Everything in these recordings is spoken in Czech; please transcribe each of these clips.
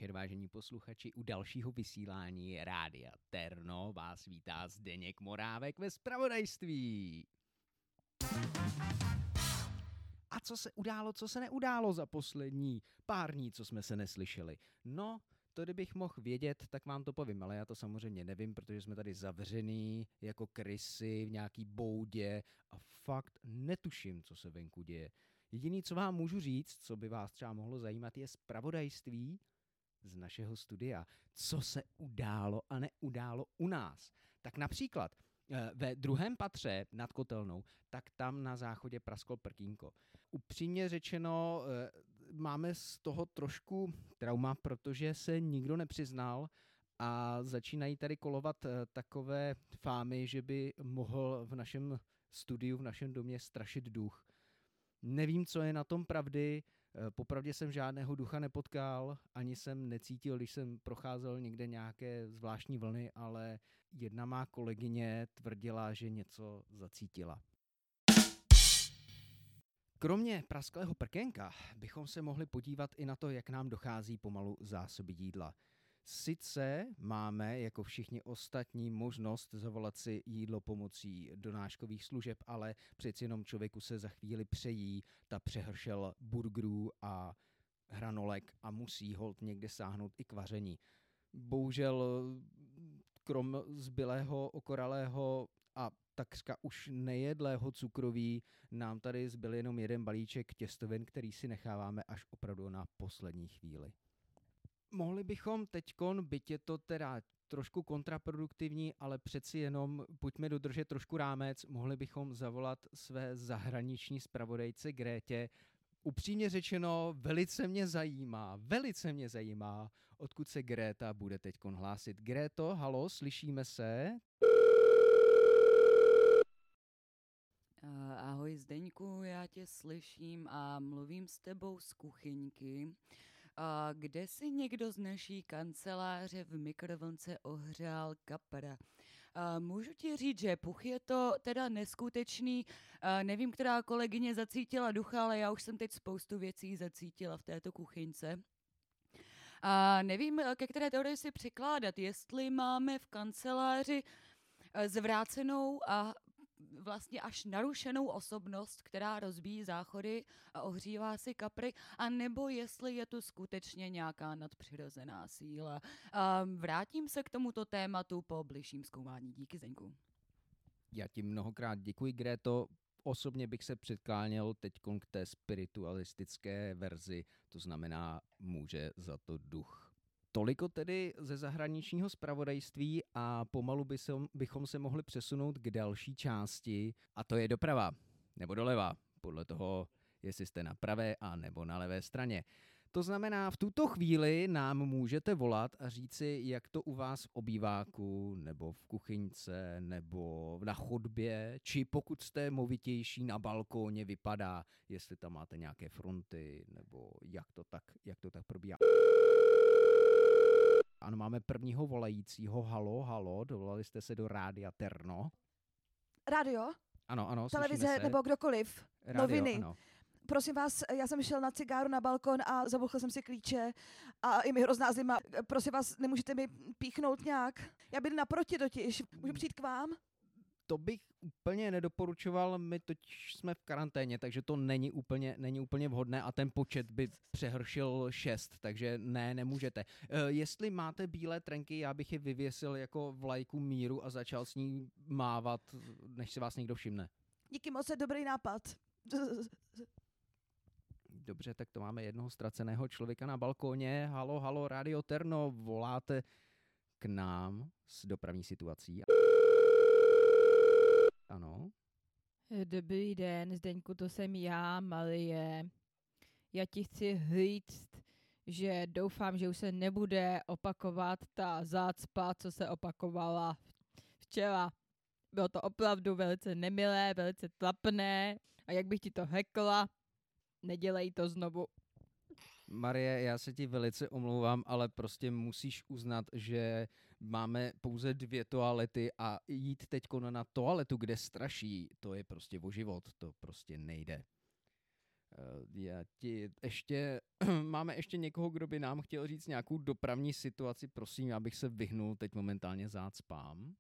večer, vážení posluchači. U dalšího vysílání Rádia Terno vás vítá Zdeněk Morávek ve zpravodajství. A co se událo, co se neudálo za poslední pár dní, co jsme se neslyšeli? No, to kdybych mohl vědět, tak vám to povím, ale já to samozřejmě nevím, protože jsme tady zavřený jako krysy v nějaký boudě a fakt netuším, co se venku děje. Jediný, co vám můžu říct, co by vás třeba mohlo zajímat, je zpravodajství z našeho studia. Co se událo a neudálo u nás. Tak například ve druhém patře nad kotelnou, tak tam na záchodě prasklo prkínko. Upřímně řečeno, máme z toho trošku trauma, protože se nikdo nepřiznal a začínají tady kolovat takové fámy, že by mohl v našem studiu, v našem domě strašit duch. Nevím, co je na tom pravdy, popravdě jsem žádného ducha nepotkal, ani jsem necítil, když jsem procházel někde nějaké zvláštní vlny, ale jedna má kolegyně tvrdila, že něco zacítila. Kromě prasklého prkénka bychom se mohli podívat i na to, jak nám dochází pomalu zásoby jídla. Sice máme, jako všichni ostatní, možnost zavolat si jídlo pomocí donáškových služeb, ale přeci jenom člověku se za chvíli přejí ta přehršel burgerů a hranolek a musí holt někde sáhnout i k vaření. Bohužel krom zbylého, okoralého a takřka už nejedlého cukroví nám tady zbyl jenom jeden balíček těstovin, který si necháváme až opravdu na poslední chvíli. Mohli bychom teďkon, byť je to teda trošku kontraproduktivní, ale přeci jenom pojďme dodržet trošku rámec, mohli bychom zavolat své zahraniční zpravodajce Grétě. Upřímně řečeno, velice mě zajímá, odkud se Gréta bude teďkon hlásit. Gréto, halo, slyšíme se? Ahoj Zdeňku, já tě slyším a mluvím s tebou z kuchyňky, kde si někdo z naší kanceláře v mikrovlnce ohřál kapra. Můžu ti říct, že puch je to teda neskutečný, nevím, která kolegyně zacítila ducha, ale já už jsem teď spoustu věcí zacítila v této kuchyňce. Nevím, ke které teorii si přikládat, jestli máme v kanceláři zvrácenou a vlastně až narušenou osobnost, která rozbíjí záchody a ohřívá si kapry, a nebo jestli je tu skutečně nějaká nadpřirozená síla. Vrátím se k tomuto tématu po bližším zkoumání. Díky, Zdeňku. Já ti mnohokrát děkuji, Gréto. Osobně bych se předkláněl teďkon k té spiritualistické verzi, to znamená může za to duch. Toliko tedy ze zahraničního zpravodajství a pomalu bychom se mohli přesunout k další části, a to je doprava nebo doleva, podle toho, jestli jste na pravé a nebo na levé straně. To znamená, v tuto chvíli nám můžete volat a říci, jak to u vás v obýváku, nebo v kuchyňce, nebo na chodbě, či pokud jste movitější na balkóně vypadá, jestli tam máte nějaké fronty, nebo jak to tak probíhá. Ano, máme prvního volajícího. Halo, dovolali jste se do Rádia Terno. Rádio? Ano, televize nebo kdokoliv. Rádio, noviny. Ano. Prosím vás, já jsem šel na cigáru na balkon a zabuchl jsem si klíče a i mi hrozná zima. Prosím vás, nemůžete mi píchnout nějak? Já bydlím naproti totiž. Můžu přijít k vám? To bych úplně nedoporučoval, my totiž jsme v karanténě, takže to není úplně vhodné a ten počet by přehršil 6, takže nemůžete. Jestli máte bílé trenky, já bych je vyvěsil jako vlajku míru a začal s ní mávat, než si vás někdo všimne. Díky moc, je dobrý nápad. Dobře, tak to máme jednoho ztraceného člověka na balkóně. Halo, Rádio Terno, voláte k nám s dopravní situací. Ano. Dobrý den, Zdeňku, to jsem já, Marie. Já ti chci říct, že doufám, že už se nebude opakovat ta zácpa, co se opakovala včera. Bylo to opravdu velice nemilé, velice tlapné a jak bych ti to řekla, nedělej to znovu. Marie, já se ti velice omlouvám, ale prostě musíš uznat, že máme pouze 2 toalety a jít teďko na toaletu, kde straší, to je prostě o život, to prostě nejde. Máme ještě někoho, kdo by nám chtěl říct nějakou dopravní situaci, prosím, já bych se vyhnul teď momentálně zácpám.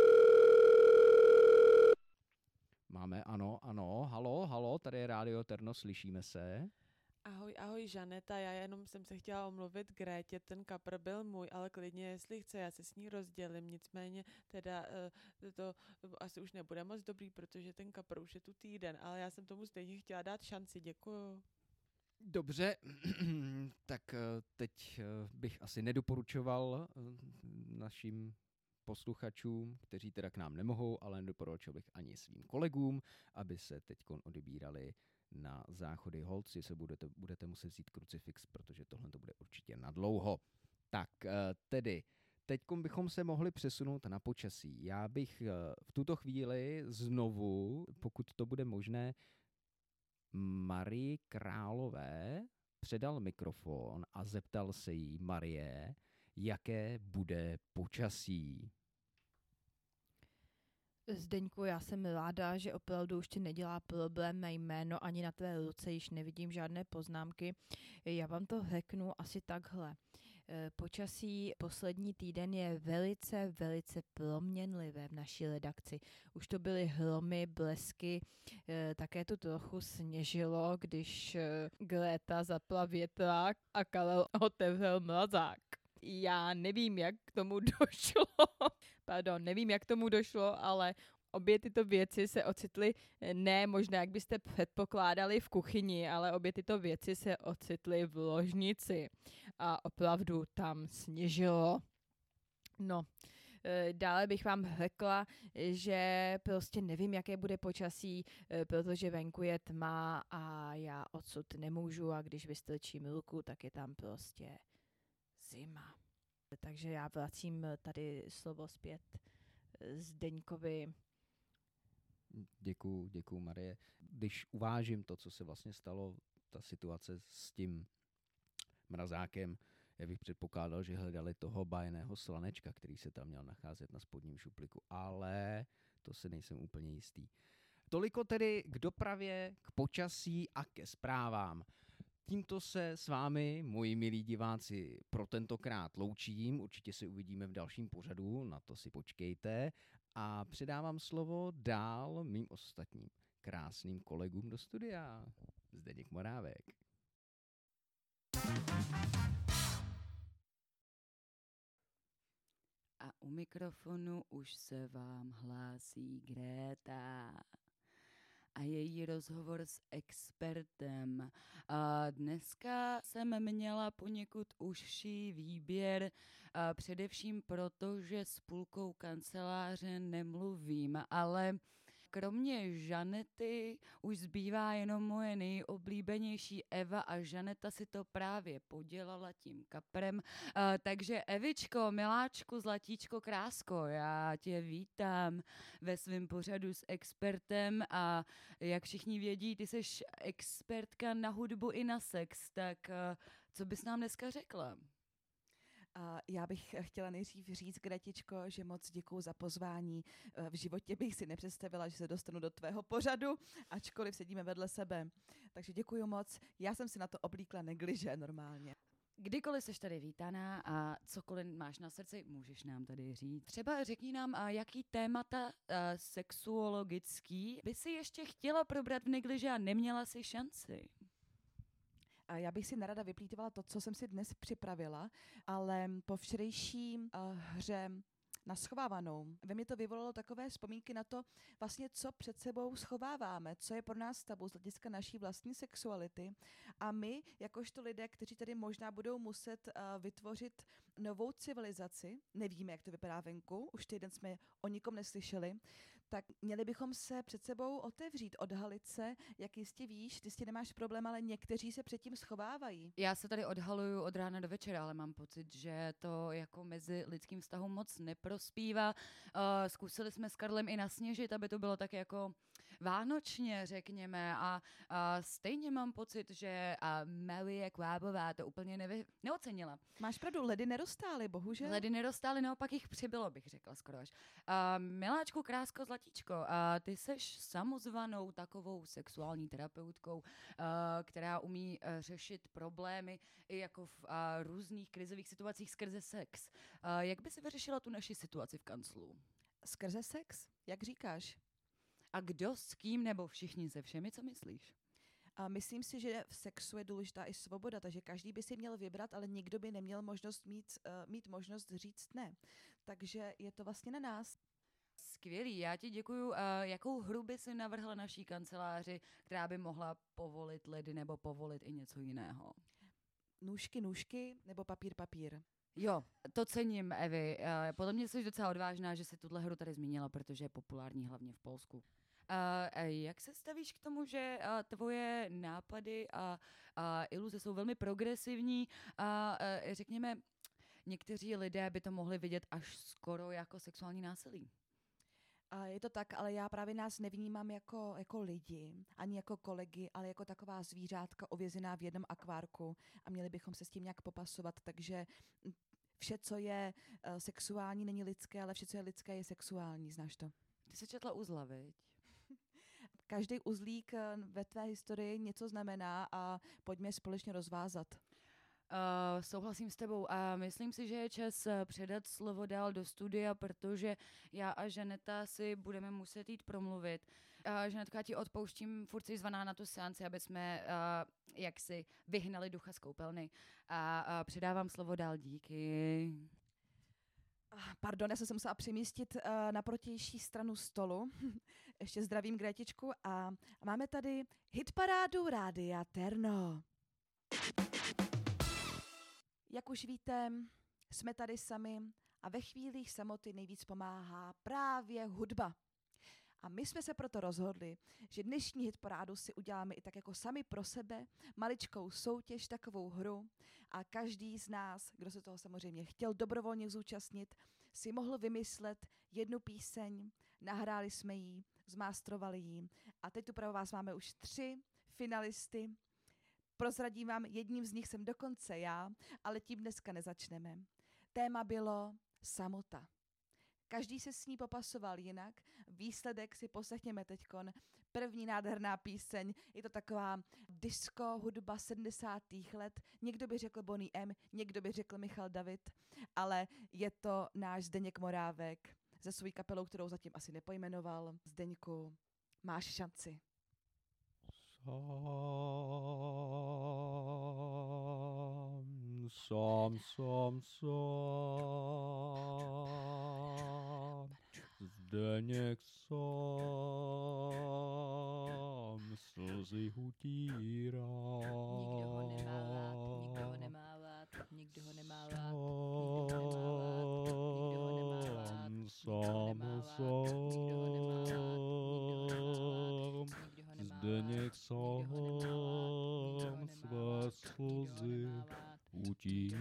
Máme, ano, halo, tady je Rádio Terno, slyšíme se. Ahoj Žaneta, já jenom jsem se chtěla omluvit Grétě, ten kapr byl můj, ale klidně, jestli chce, já se s ní rozdělím, nicméně teda to asi už nebude moc dobrý, protože ten kapr už je tu týden, ale já jsem tomu stejně chtěla dát šanci, děkuju. Dobře, tak teď bych asi nedoporučoval našim posluchačům, kteří teda k nám nemohou, ale nedoporučil bych ani svým kolegům, aby se teď odebírali na záchody. Holci se budete muset vzít krucifix, protože tohle to bude určitě nadlouho. Tak tedy, teďkom bychom se mohli přesunout na počasí. Já bych v tuto chvíli znovu, pokud to bude možné, Marii Králové předal mikrofon a zeptal se jí: Marie, jaké bude počasí? Zdeňku, já jsem ráda, že opravdu už ti nedělá problém mé jméno, ani na tvé ruce již nevidím žádné poznámky. Já vám to řeknu asi takhle. Počasí poslední týden je velice, velice proměnlivé v naší redakci. Už to byly hromy, blesky, také tu trochu sněžilo, když Gréta zapla větrák a Karel otevřel mrazák. Já nevím, jak k tomu došlo. Nevím, jak k tomu došlo, ale obě tyto věci se ocitly, ne možná, jak byste předpokládali v kuchyni, ale obě tyto věci se ocitly v ložnici. A opravdu tam sněžilo. No, dále bych vám řekla, že prostě nevím, jaké bude počasí, protože venku je tma a já odsud nemůžu a když vystrčím ruku, tak je tam prostě zima. Takže já vracím tady slovo zpět Zdeňkovi. Děkuju, Marie. Když uvážím to, co se vlastně stalo, ta situace s tím mrazákem, já bych předpokládal, že hledali toho bájného slanečka, který se tam měl nacházet na spodním šuplíku, ale to se nejsem úplně jistý. Toliko tedy k dopravě, k počasí a ke zprávám. Tímto se s vámi, moji milí diváci, pro tentokrát loučím. Určitě se uvidíme v dalším pořadu, na to si počkejte. A předávám slovo dál mým ostatním krásným kolegům do studia. Zdeněk Morávek. A u mikrofonu už se vám hlásí Gréta a její rozhovor s expertem. A dneska jsem měla poněkud užší výběr, především proto, že s půlkou kanceláře nemluvím, ale kromě Žanety už zbývá jenom moje nejoblíbenější Eva a Žaneta si to právě podělala tím kaprem. Takže Evičko, miláčku, zlatíčko, krásko, já tě vítám ve svém pořadu s expertem a jak všichni vědí, ty jsi expertka na hudbu i na sex, tak co bys nám dneska řekla? Já bych chtěla nejdřív říct, Gretičko, že moc děkuju za pozvání. V životě bych si nepředstavila, že se dostanu do tvého pořadu, ačkoliv sedíme vedle sebe. Takže děkuju moc. Já jsem si na to oblíkla negliže normálně. Kdykoliv seš tady vítaná a cokoliv máš na srdci, můžeš nám tady říct. Třeba řekni nám, jaký témata sexuologický by si ještě chtěla probrat v negliže a neměla si šanci. A já bych si nerada vyplýtvala to, co jsem si dnes připravila, ale po včerejší hře na schovávanou, ve mě to vyvolalo takové vzpomínky na to, vlastně co před sebou schováváme, co je pro nás tabu z hlediska naší vlastní sexuality. A my, jakožto lidé, kteří tady možná budou muset vytvořit novou civilizaci, nevíme, jak to vypadá venku, už týden jsme o nikom neslyšeli, tak měli bychom se před sebou otevřít, odhalit se, jak jistě víš, ty jistě nemáš problém, ale někteří se předtím schovávají. Já se tady odhaluju od rána do večera, ale mám pocit, že to jako mezi lidským vztahům moc neprospívá. Zkusili jsme s Karlem i nasněžit, aby to bylo tak jako vánočně, řekněme. A stejně mám pocit, že Marie Kvábová to úplně neocenila. Máš pravdu, ledy neroztály, bohužel. Ledy neroztály, naopak jich přibylo, bych řekla skoro až. Miláčku, krásko, zlatíčko, ty seš samozvanou takovou sexuální terapeutkou, která umí řešit problémy i jako v různých krizových situacích skrze sex. Jak by si vyřešila tu naši situaci v kanclu? Skrze sex? Jak říkáš? A kdo s kým nebo všichni se všemi, co myslíš? A myslím si, že v sexu je důležitá i svoboda, takže každý by si měl vybrat, ale nikdo by neměl možnost mít možnost říct ne. Takže je to vlastně na nás. Skvělý, já ti děkuju. Jakou hru by si navrhla naší kanceláři, která by mohla povolit ledy nebo povolit i něco jiného? Nůžky nebo papír. Jo, to cením, Evi. Podle mě jsi docela odvážná, že si tuhle hru tady zmínila, protože je populární hlavně v Polsku. Jak se stavíš k tomu, že tvoje nápady a iluze jsou velmi progresivní a řekněme, někteří lidé by to mohli vidět až skoro jako sexuální násilí? Je to tak, ale já právě nás nevnímám jako lidi, ani jako kolegy, ale jako taková zvířátka ovězená v jednom akvárku a měli bychom se s tím nějak popasovat, takže vše, co je sexuální, není lidské, ale vše, co je lidské, je sexuální, znáš to? Ty jsi četla uzla, viď? Každý uzlík ve tvé historii něco znamená a pojďme společně rozvázat. Souhlasím s tebou a myslím si, že je čas předat slovo dál do studia, protože já a Žaneta si budeme muset jít promluvit. Žanetko, já ti odpouštím, furt jsi zvaná na tu seanci, aby jsme jaksi vyhnali ducha z koupelny. A předávám slovo dál, díky. Pardon, já jsem se musela přemístit na protější stranu stolu. Ještě zdravím Grétičku a máme tady hitparádu Rádia Terno. Jak už víte, jsme tady sami a ve chvílích samoty nejvíc pomáhá právě hudba. A my jsme se proto rozhodli, že dnešní hitparádu si uděláme i tak jako sami pro sebe, maličkou soutěž, takovou hru a každý z nás, kdo se toho samozřejmě chtěl dobrovolně zúčastnit, si mohl vymyslet jednu píseň, nahráli jsme ji, zmástrovali ji a teď tu pro vás máme už 3 finalisty. Prozradím vám, jedním z nich jsem dokonce já, ale tím dneska nezačneme. Téma bylo samota. Každý se s ní popasoval jinak, výsledek si poslechněme teďkon. První nádherná píseň, je to taková disco hudba 70. let, někdo by řekl Boney M, někdo by řekl Michal David, ale je to náš Zdeněk Morávek se svou kapelou, kterou zatím asi nepojmenoval. Zdeňku, máš šanci. Zdeněk sám slzy utírá. Nikdo ho nemá rád. Zdeněk sám své slzy utírá.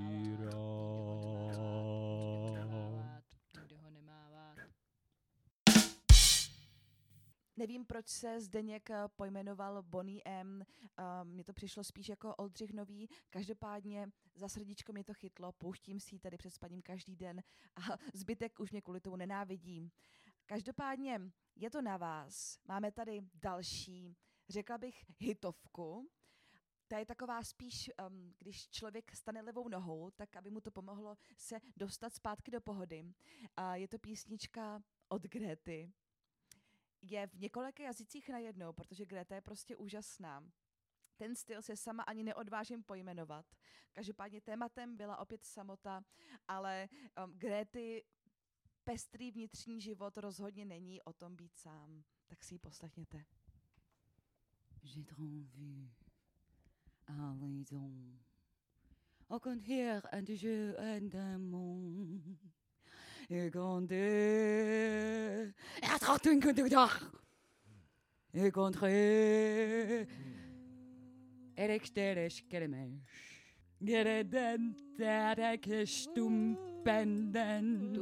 Nevím, proč se Zdeněk pojmenoval Boney M. Mně to přišlo spíš jako Oldřich Nový. Každopádně za srdíčko mě to chytlo, pouštím si ji tady před spaním každý den a zbytek už mě kvůli tomu nenávidí. Každopádně je to na vás. Máme tady další, řekla bych, hitovku. Ta je taková spíš, když člověk stane levou nohou, tak aby mu to pomohlo se dostat zpátky do pohody. Je to písnička od Gréty. Je v několika jazycích najednou, protože Greta je prostě úžasná. Ten styl se sama ani neodvážím pojmenovat. Každopádně tématem byla opět samota, ale Gréty pestrý vnitřní život rozhodně není o tom být sám. Tak si ji poslechněte. J'ai trop envie à raison. Au contraire, un de jeu, un démon. Ik ontdek. Het gaat een goede dag. Ik ontdek. Erik Steres Kermes. Gereden täräkes tumpenden.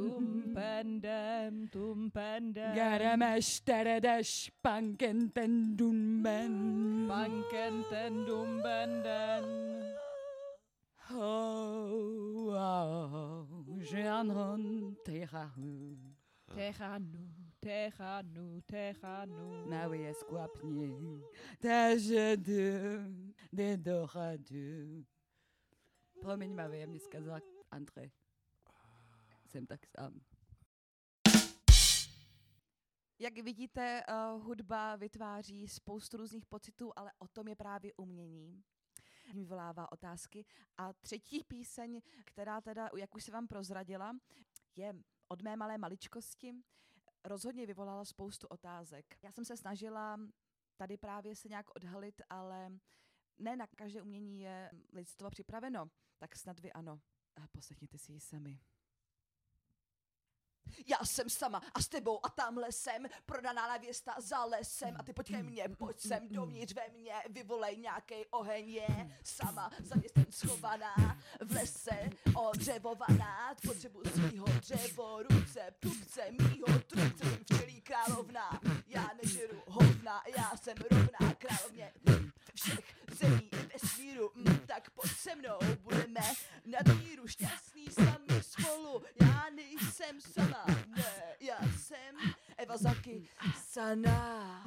Tumpendem. Geremes teredes pankenten dumben. Bankenten dumbenden. Oh, j'en terrahu. Techanu. Mały skłapnie, też de doradu. Promiň, Marie, mě zkazala André. Jsem tak sám. Jak vidíte, hudba vytváří spoustu různých pocitů, ale o tom je právě umění. Vyvolává otázky. A třetí píseň, která teda, jak už se vám prozradila, je od mé malé maličkosti, rozhodně vyvolala spoustu otázek. Já jsem se snažila tady právě se nějak odhalit, ale ne na každé umění je lidstvo připraveno. Tak snad vy ano. A poslechněte si ji sami. Já jsem sama a s tebou a tamhle jsem, prodaná nevěsta za lesem a ty pojď ke mně, pojď sem dovnitř ve mně, vyvolej nějakej oheň, je sama za městem schovaná, v lese odřevovaná, potřebu svýho dřevo, ruce, průbce mýho trubce, jsem včelí královna, já nežeru hovna, já jsem rovná královně všech zemí i vesmíru, tak pojď se mnou, budeme nadmíru šťastný sami spolu, já nejsem sama, ne, já jsem Eva Zaki Sana.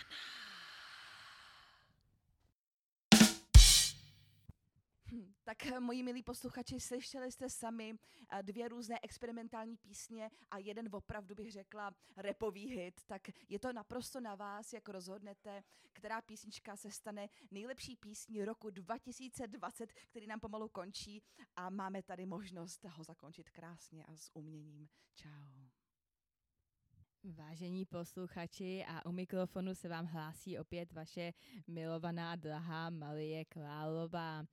Tak moji milí posluchači, slyšeli jste sami 2 různé experimentální písně a jeden opravdu bych řekla rapový hit, tak je to naprosto na vás, jak rozhodnete, která písnička se stane nejlepší písní roku 2020, který nám pomalu končí a máme tady možnost ho zakončit krásně a s uměním. Čau. Vážení posluchači, a u mikrofonu se vám hlásí opět vaše milovaná drahá Marie Králová.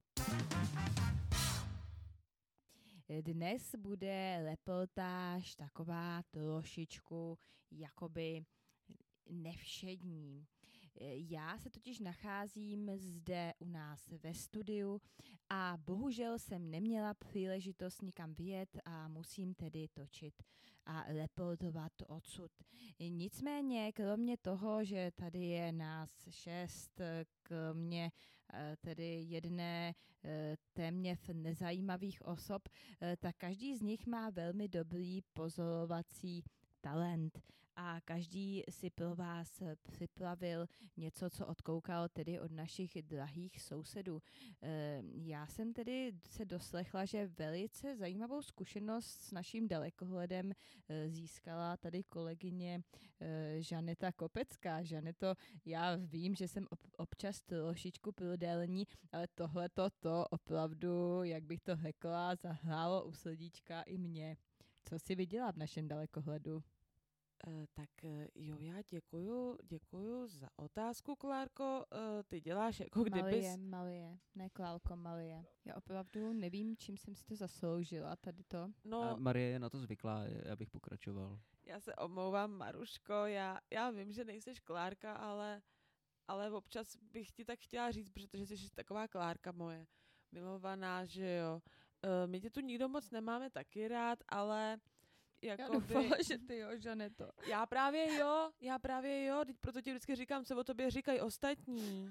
Dnes bude reportáž taková trošičku jakoby nevšední. Já se totiž nacházím zde u nás ve studiu a bohužel jsem neměla příležitost nikam vyjet a musím tedy točit a reportovat odsud. Nicméně, kromě toho, že tady je nás 6, kromě tedy jedné téměř nezajímavých osob, tak každý z nich má velmi dobrý pozorovací talent a každý si pro vás připravil něco, co odkoukal tedy od našich drahých sousedů. Já jsem tedy se doslechla, že velice zajímavou zkušenost s naším dalekohledem získala tady kolegyně Žaneta Kopecká. Žaneto, já vím, že jsem občas trošičku prudelní, ale tohleto to opravdu, jak bych to řekla, zahrálo u srdíčka i mě. Co jsi viděla v našem dalekohledu? Tak jo, já děkuju za otázku, Klárko. Ty děláš jako kdybys... Malie, ne Klárko, Malie. Já opravdu nevím, čím jsem si to zasloužila, tady to. No, A Marie je na to zvyklá, já bych pokračoval. já se omlouvám, Maruško, já vím, že nejseš Klárka, ale občas bych ti tak chtěla říct, protože jsi taková Klárka moje, milovaná, že jo. My tě tu nikdo moc nemáme taky rád, ale... Já doufala, že ty jo, Žaneto. Já právě jo, teď proto ti vždycky říkám, co o tobě říkají ostatní.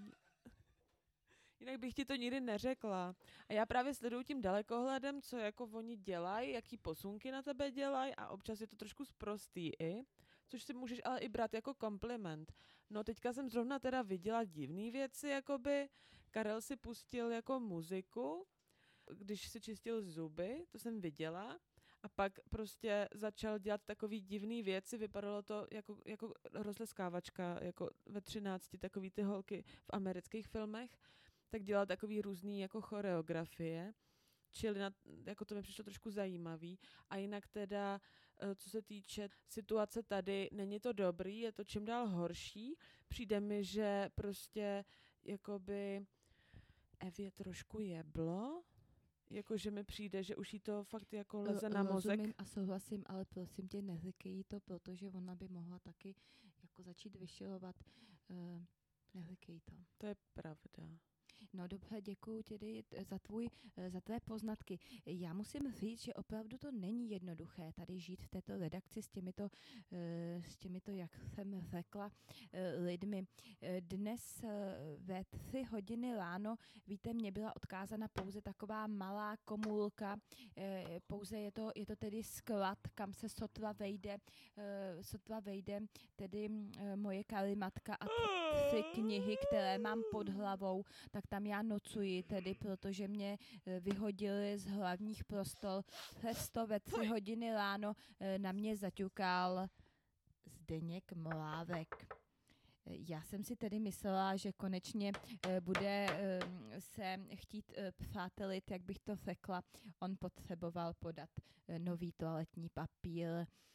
Jinak bych ti to nikdy neřekla. A já právě sleduju tím dalekohledem, co jako oni dělají, jaký posunky na tebe dělají a občas je to trošku sprostý i, což si můžeš ale i brát jako kompliment. No teďka jsem zrovna teda viděla divný věci, jakoby Karel si pustil jako muziku, když si čistil zuby, to jsem viděla. A pak prostě začal dělat takový divný věci, vypadalo to jako rozleskávačka, jako ve 13, takový ty holky v amerických filmech, tak dělal takový různý jako choreografie, čili jako to mi přišlo trošku zajímavý. A jinak teda, co se týče situace tady, není to dobrý, je to čím dál horší. Přijde mi, že prostě jakoby Evě trošku jeblo, jakože mi přijde, že už jí to fakt jako leze na mozek. Rozumím a souhlasím, ale prosím tě, neříkej to, protože ona by mohla taky jako začít vyšilovat. Neříkej to. To je pravda. No dobře, děkuji tedy za tvé poznatky. Já musím říct, že opravdu to není jednoduché tady žít v této redakci s těmito, jak jsem řekla, lidmi. Dnes ve 3 hodiny ráno, víte, mě byla odkázána pouze taková malá komůlka, pouze je to tedy sklad, kam se sotva vejde tedy moje kalimatka a 3 knihy, které mám pod hlavou, tak tam já nocuji tedy, protože mě vyhodili z hlavních prostor. Přesto ve 3 hodiny ráno na mě zaťukal Zdeněk Mlávek. Já jsem si tedy myslela, že konečně bude se chtít přátelit, jak bych to řekla. On potřeboval podat nový toaletní papír.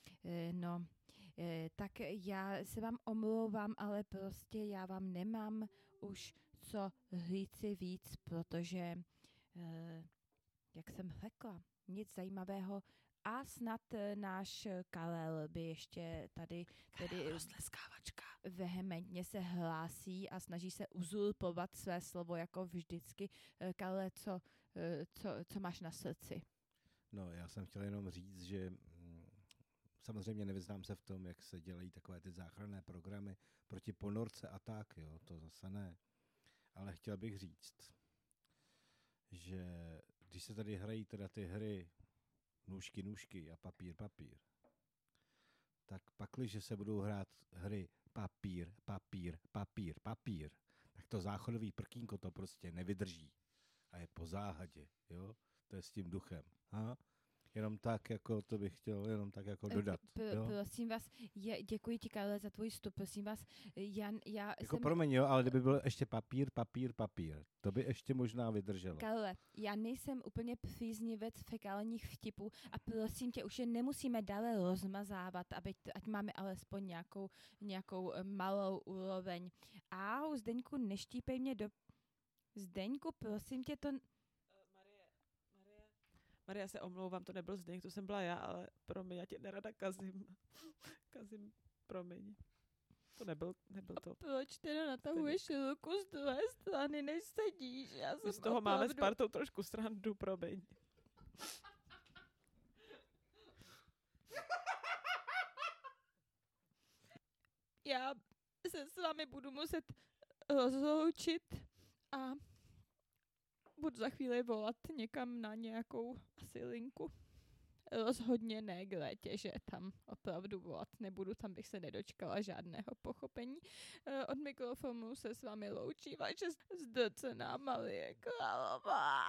Tak já se vám omlouvám, ale prostě já vám nemám už co říci víc, protože, jak jsem řekla, nic zajímavého a snad náš Karel by ještě tady rozleskávačka vehementně se hlásí a snaží se uzurpovat své slovo jako vždycky. Karle, co máš na srdci? No, já jsem chtěl jenom říct, že samozřejmě nevyznám se v tom, jak se dělají takové ty záchranné programy proti ponorce a tak, jo, to zase ne. Ale chtěl bych říct, že když se tady hrají teda ty hry nůžky a papír, tak pakliže se budou hrát hry papír, tak to záchodový prkínko to prostě nevydrží. A je po záhadě, jo, to je s tím duchem. Aha. Jenom tak, jako to bych chtěl jenom tak jako dodat. Prosím vás, děkuji ti, Karle, za tvůj vstup, prosím vás. Já jako promiň, jo, ale kdyby byl ještě papír, to by ještě možná vydrželo. Karle, já nejsem úplně příznivec fekálních vtipů a prosím tě, už je nemusíme dále rozmazávat, ať máme alespoň nějakou malou úroveň. Zdeňku, neštípej mě do... Zdeňku, prosím tě, to... Marie, já se omlouvám, to nebyl Zdeněk, to jsem byla já, ale promiň, já tě nerada kazím, promiň. To nebyl to. Proč teda natahuješ ruku z druhé strany, než sedíš? My z toho máme s partou trošku srandu, promiň. Já se s vámi budu muset rozloučit a budu za chvíli volat někam na nějakou asi linku. Rozhodně ne k létě, že tam opravdu volat nebudu, tam bych se nedočkala žádného pochopení. Od mikrofonu se s vámi loučí vaše zdrcená Marie Králová.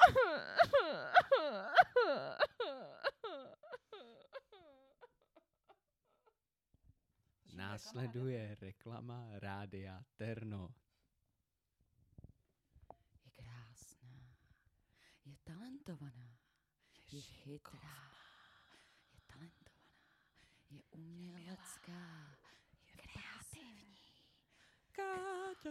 Následuje reklama Rádia Terno. Je krásná, je talentovaná, je chytrá, je talentovaná, je umělecká, je kreativní. Káťo,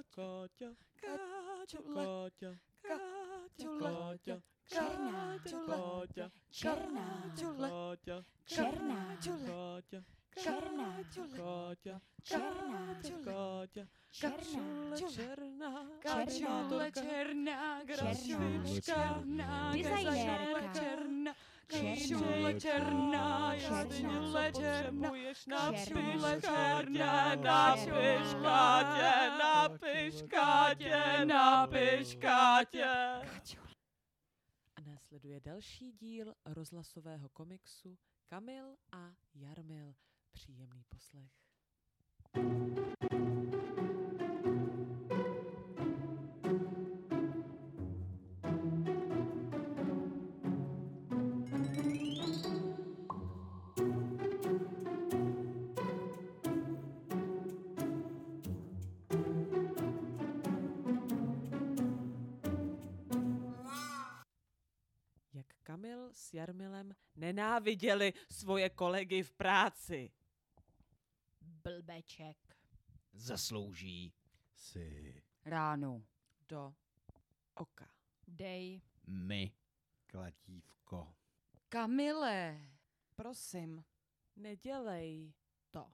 Černá čule, černá čule, černá čule, černá čule, černá čule, černá čule, Kačule černá, grafička, designérka, černá, kačule černá, černá, potřebuješ černá, napiš Kátě. A následuje další díl rozhlasového komiksu Kamil a Jarmil. Příjemný poslech. Jak Kamil s Jarmilem nenáviděli svoje kolegy v práci. Blbeček. Zaslouží Si ránu. Do oka. Dej. mi. kladívko. Kamile, prosím. Nedělej. To.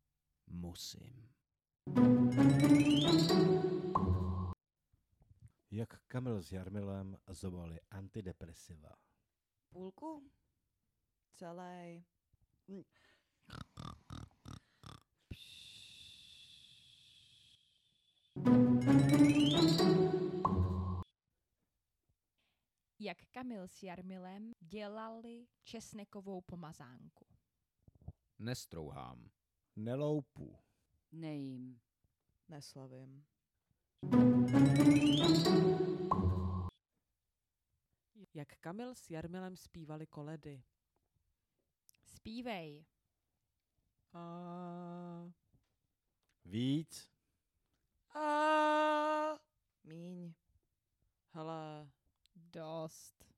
Musím. Jak Kamil s Jarmilem zobali antidepresiva. Půlku? Celej. Jak Kamil s Jarmilem dělali česnekovou pomazánku. Nestrouhám. Neloupu. Nejím. Neslavím. Jak Kamil s Jarmilem zpívali koledy. Zpívej. A... Víc. A... Míň. Hele, Dost.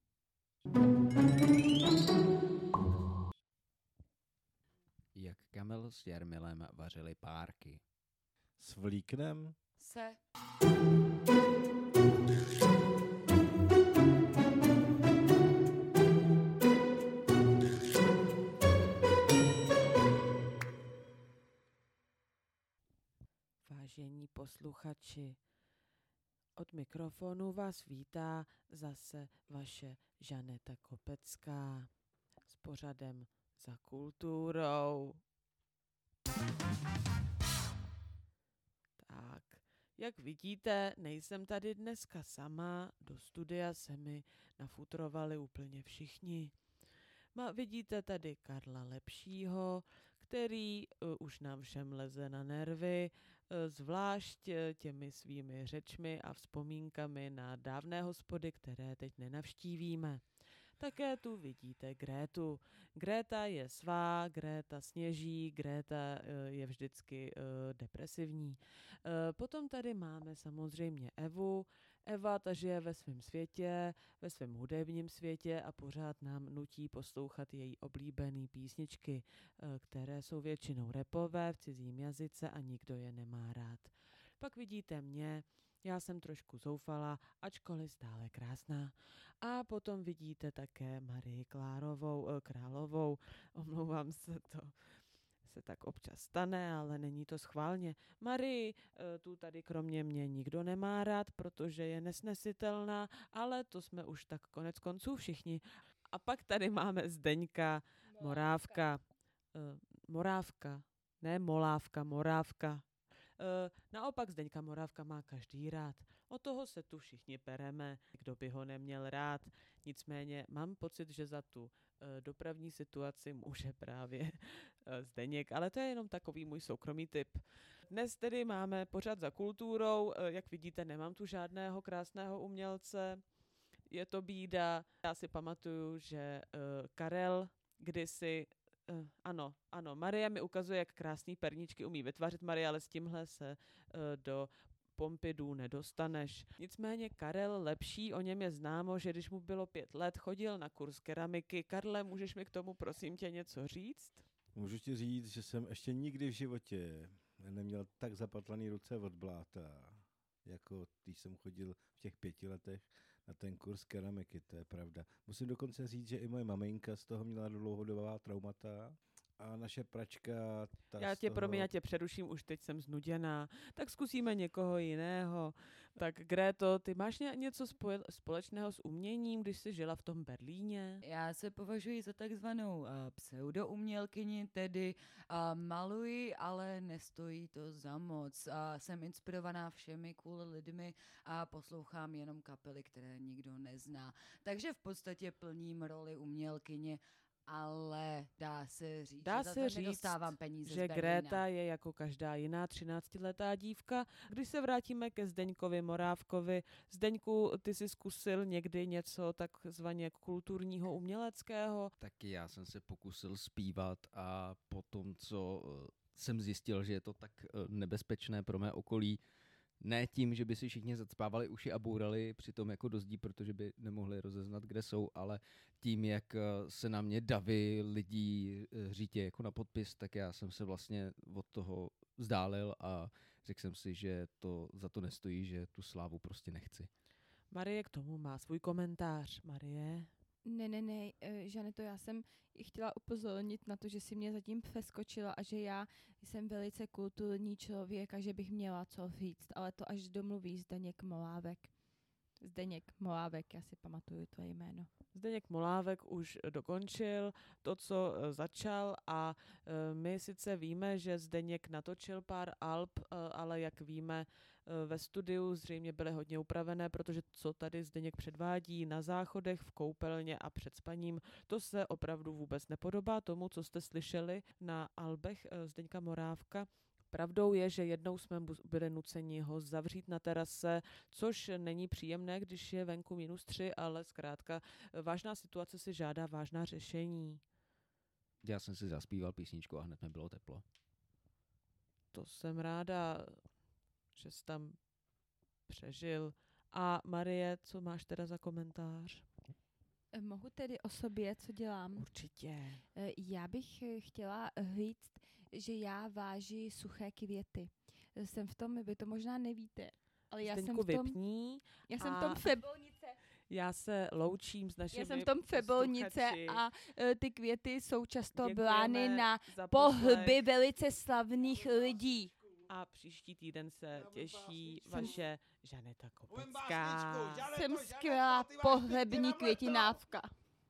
Jak Kamil s Jarmilem vařili párky. S vlíknem. Se. vážení posluchači, od mikrofonu vás vítá zase vaše Žaneta Kopecká s pořadem Za kulturou. Tak, jak vidíte, nejsem tady dneska sama, do studia se mi nafutrovali úplně všichni. Vidíte tady Karla Lepšího, který už nám všem leze na nervy, zvlášť těmi svými řečmi a vzpomínkami na dávné hospody, které teď nenavštívíme. Také tu vidíte Grétu. Gréta je svá, Gréta sněží, Gréta je vždycky depresivní. Potom tady máme samozřejmě Evu. Eva ta žije ve svém světě, ve svém hudebním světě a pořád nám nutí poslouchat její oblíbené písničky, které jsou většinou rapové v cizím jazyce a nikdo je nemá rád. Pak vidíte mě, já jsem trošku zoufalá, ačkoliv stále krásná. A potom vidíte také Marii Královou, omlouvám se, to se tak občas stane, ale není to schválně. Marii tu tady kromě mě nikdo nemá rád, protože je nesnesitelná, ale to jsme už tak konec konců všichni. A pak tady máme Zdeňka Morávka. Morávka. Naopak Zdeňka Morávka má každý rád. O toho se tu všichni pereme, kdo by ho neměl rád. Nicméně mám pocit, že za tu dopravní situaci může právě Zdeněk, ale to je jenom takový můj soukromý tip. Dnes tedy máme pořad Za kulturou, jak vidíte, nemám tu žádného krásného umělce, je to bída. Já si pamatuju, že Karel kdysi, ano, Marie mi ukazuje, jak krásný perníčky umí vytvářet Marie, ale s tímhle se do Pompidou nedostaneš. Nicméně Karel Lepší, o něm je známo, že když mu bylo 5 let, chodil na kurz keramiky. Karle, můžeš mi k tomu prosím tě něco říct? Můžu ti říct, že jsem ještě nikdy v životě neměl tak zapatlaný ruce od bláta, jako když jsem chodil v těch 5 letech na ten kurz keramiky, to je pravda. Musím dokonce říct, že i moje maminka z toho měla dlouhodobá traumata. A naše pračka... Já tě přeruším, už teď jsem znuděná. Tak zkusíme někoho jiného. Tak Gréto, ty máš něco společného s uměním, když jsi žila v tom Berlíně? Já se považuji za takzvanou pseudoumělkyni, tedy maluji, ale nestojí to za moc. Jsem inspirovaná všemi cool lidmi a poslouchám jenom kapely, které nikdo nezná. Takže v podstatě plním roli umělkyně, ale dá se říct, že nedostávám peníze že Gréta je jako každá jiná 13letá dívka. Když se vrátíme ke Zdeňkovi Morávkovi, Zdeňku, ty jsi zkusil někdy něco takzvaně kulturního, uměleckého? Taky já jsem se pokusil zpívat a potom, co jsem zjistil, že je to tak nebezpečné pro mé okolí, ne tím, že by si všichni zacpávali uši a bourali přitom jako do zdí, protože by nemohli rozeznat, kde jsou, ale tím, jak se na mě davy lidí řítě jako na podpis, tak já jsem se vlastně od toho vzdálil a řekl jsem si, že to za to nestojí, že tu slávu prostě nechci. Marie k tomu má svůj komentář. Marie? Ne, Žaneto, já jsem chtěla upozornit na to, že si mě zatím přeskočila a že já jsem velice kulturní člověk a že bych měla co říct, ale to až domluví Zdeněk Morávek. Zdeněk Molávek, já si pamatuju tvoje jméno. Zdeněk Molávek už dokončil to, co začal a my sice víme, že Zdeněk natočil pár alb, ale jak víme, ve studiu zřejmě byly hodně upravené, protože co tady Zdeněk předvádí na záchodech, v koupelně a před spaním, to se opravdu vůbec nepodobá tomu, co jste slyšeli na albech Zdeňka Morávka. Pravdou je, že jednou jsme byli nuceni ho zavřít na terase, což není příjemné, když je venku -3, ale zkrátka vážná situace si žádá vážná řešení. Já jsem si zaspíval písničku a hned mi bylo teplo. To jsem ráda, že jsi tam přežil. A Marie, co máš teda za komentář? Mohu tedy o sobě, co dělám? Určitě. Já bych chtěla říct, že já váži suché květy. Jsem v tom, vy to možná nevíte, ale já jsem v tom... Vypní. Já jsem v tom febolnice. Já se loučím s našimi Já jsem v tom febolnice posluchači. a ty květy jsou často Děkujeme blány na za pohřby poslech. velice slavných lidí. A příští týden se těší Jsem- vaše Žaneta Kopecká. Jsem skvělá pohřební květinávka.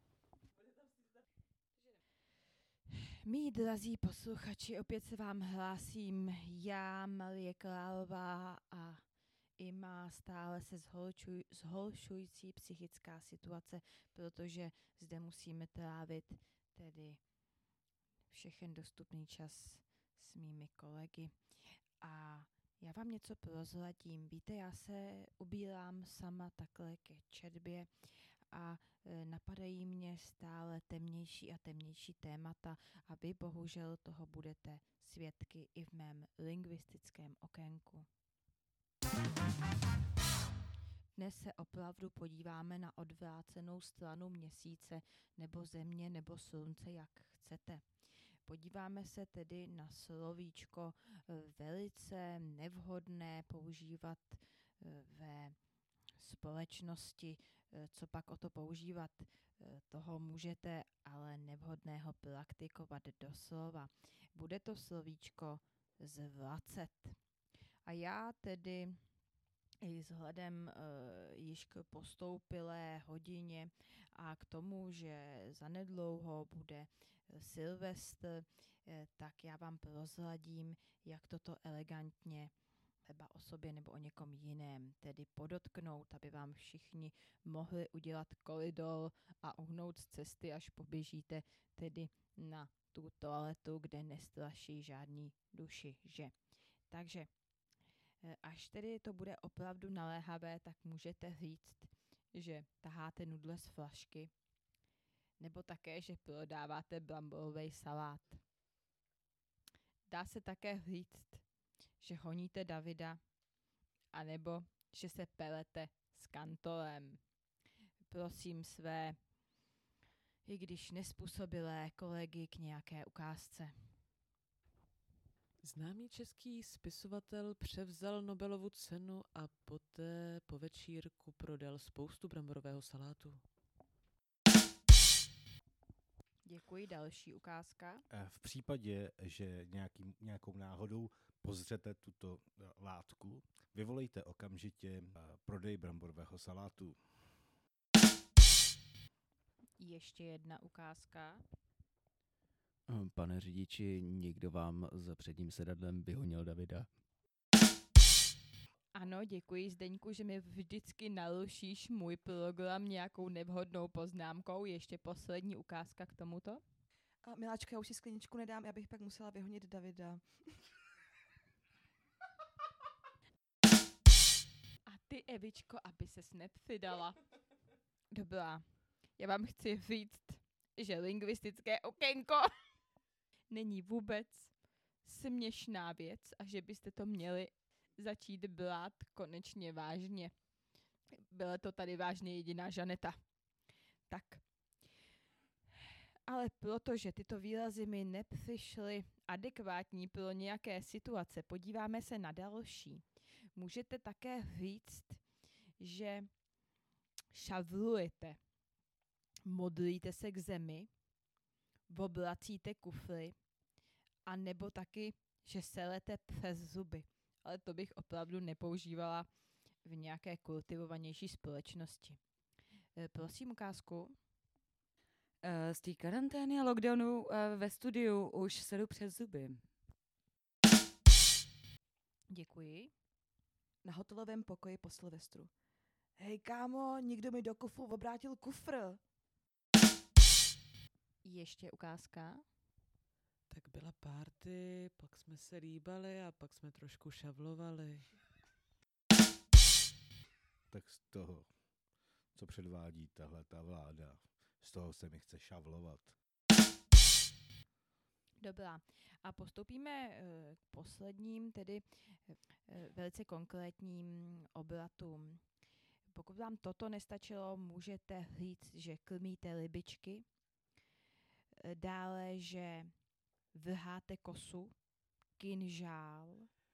Mí drazí posluchači, opět se vám hlásím já, Marie Králová, a i má stále se zhoršující psychická situace, protože zde musíme trávit tedy všechen dostupný čas s mými kolegy. A já vám něco prozradím. Víte, já se ubírám sama takhle ke četbě a napadají mě stále temnější a temnější témata a vy bohužel toho budete svědky i v mém lingvistickém okénku. Dnes se opravdu podíváme na odvrácenou stranu měsíce nebo země nebo slunce, jak chcete. Podíváme se tedy na slovíčko velice nevhodné používat ve společnosti. Co pak o to používat? Toho můžete, ale nevhodného praktikovat doslova. Bude to slovíčko zvracet. A já tedy i vzhledem již k postoupilé hodině a k tomu, že zanedlouho bude Silvestr, tak já vám prozradím, jak toto elegantně třeba o sobě nebo o někom jiném tedy podotknout, aby vám všichni mohli udělat koridor a uhnout z cesty, až poběžíte tedy na tu toaletu, kde nestraší žádný duši, že? Takže až tedy to bude opravdu naléhavé, tak můžete říct, že taháte nudle z flašky, nebo také, že prodáváte bramborový salát. Dá se také říct, že honíte Davida, anebo že se pelete s kantorem. Prosím své, i když nespůsobilé kolegy k nějaké ukázce. Známý český spisovatel převzal Nobelovu cenu a poté po večírku prodal spoustu bramborového salátu. Děkuji, další ukázka. V případě, že nějakou náhodou pozřete tuto látku, vyvolejte okamžitě prodej bramborového salátu. Ještě jedna ukázka. Pane řidiči, někdo vám za předním sedadlem vyhonil Davida. Ano, děkuji Zdeňku, že mi vždycky narušíš můj program nějakou nevhodnou poznámkou. Ještě poslední ukázka k tomuto. A miláčko, já už si skleničku nedám, já bych pak musela vyhonit Davida. A ty, Evičko, aby ses nepřidala. Dobrá, já vám chci říct, že lingvistické okénko není vůbec směšná věc a že byste to měli začít brát konečně vážně. Byla to tady vážně jediná Žaneta. Tak. Ale protože tyto výrazy mi nepřišly adekvátní pro nějaké situace, podíváme se na další. Můžete také říct, že šavlujete, modlíte se k zemi, obracíte kufry, a nebo taky, že selete přes zuby. Ale to bych opravdu nepoužívala v nějaké kultivovanější společnosti. Prosím ukázku. Z té karantény a lockdownu ve studiu už sedu přes zuby. Děkuji. Na hotelovém pokoji po Silvestru. Hej kámo, někdo mi do kufru obrátil kufr. Ještě ukázka. Tak byla party, pak jsme se líbali a pak jsme trošku šavlovali. Tak z toho, co předvádí tahle ta vláda, z toho se mi chce šavlovat. Dobrá. A postoupíme k posledním, tedy velice konkrétním obratům. Pokud vám toto nestačilo, můžete říct, že krmíte rybičky, dále, že vrháte kosu, kinžál,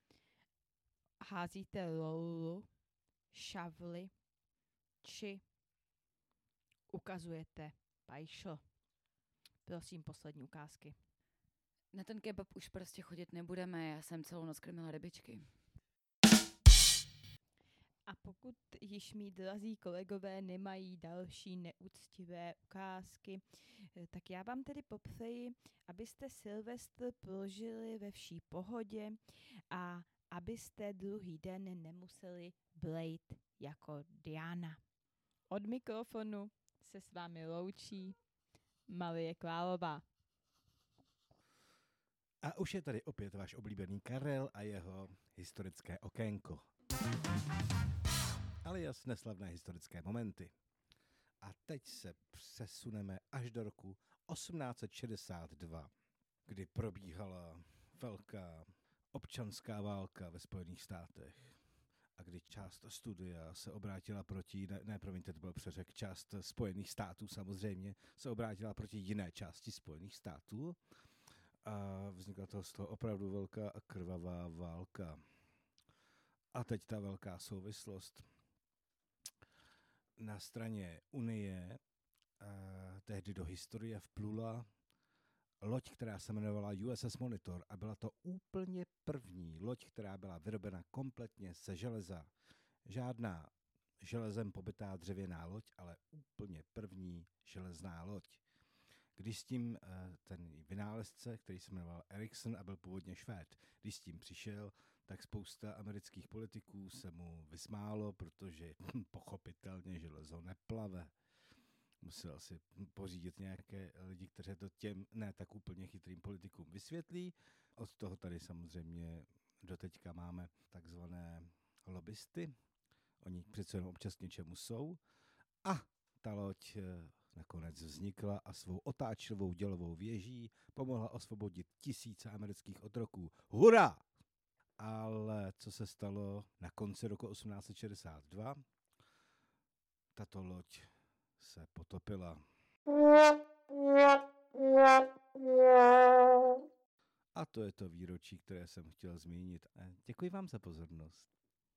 házíte rolu, šavly, či ukazujete pajšl. Prosím, poslední ukázky. Na ten kebab už prostě chodit nebudeme, já jsem celou noc krmila rybičky. A pokud již mý drazí kolegové nemají další neúctivé ukázky, tak já vám tedy popřeji, abyste Silvestr prožili ve vší pohodě a abyste druhý den nemuseli blejt jako Diana. Od mikrofonu se s vámi loučí Marie Klálová. A už je tady opět váš oblíbený Karel a jeho historické okénko. Alias neslavné historické momenty. A teď se přesuneme až do roku 1862, kdy probíhala velká občanská válka ve Spojených státech. A kdy část studia se obrátila proti, promiňte, to byl přeřek, část Spojených států samozřejmě se obrátila proti jiné části Spojených států. A vznikla z toho opravdu velká a krvavá válka. A teď ta velká souvislost. Na straně Unie tehdy do historie vplula loď, která se jmenovala USS Monitor a byla to úplně první loď, která byla vyrobena kompletně ze železa. Žádná železem pobytá dřevěná loď, ale úplně první železná loď. Když s tím ten vynálezce, který se jmenoval Ericsson a byl původně Švéd, když s tím přišel, tak spousta amerických politiků se mu vysmálo, protože pochopitelně železo neplave. Musel si pořídit nějaké lidi, kteří to těm ne tak úplně chytrým politikům vysvětlí. Od toho tady samozřejmě doteďka máme takzvané lobbysty. Oni přece jenom občas něčemu jsou. A ta loď nakonec vznikla a svou otáčivou dělovou věží pomohla osvobodit tisíce amerických otroků. Hurá! Ale co se stalo na konci roku 1862? Tato loď se potopila. A to je to výročí, které jsem chtěl zmínit. Děkuji vám za pozornost.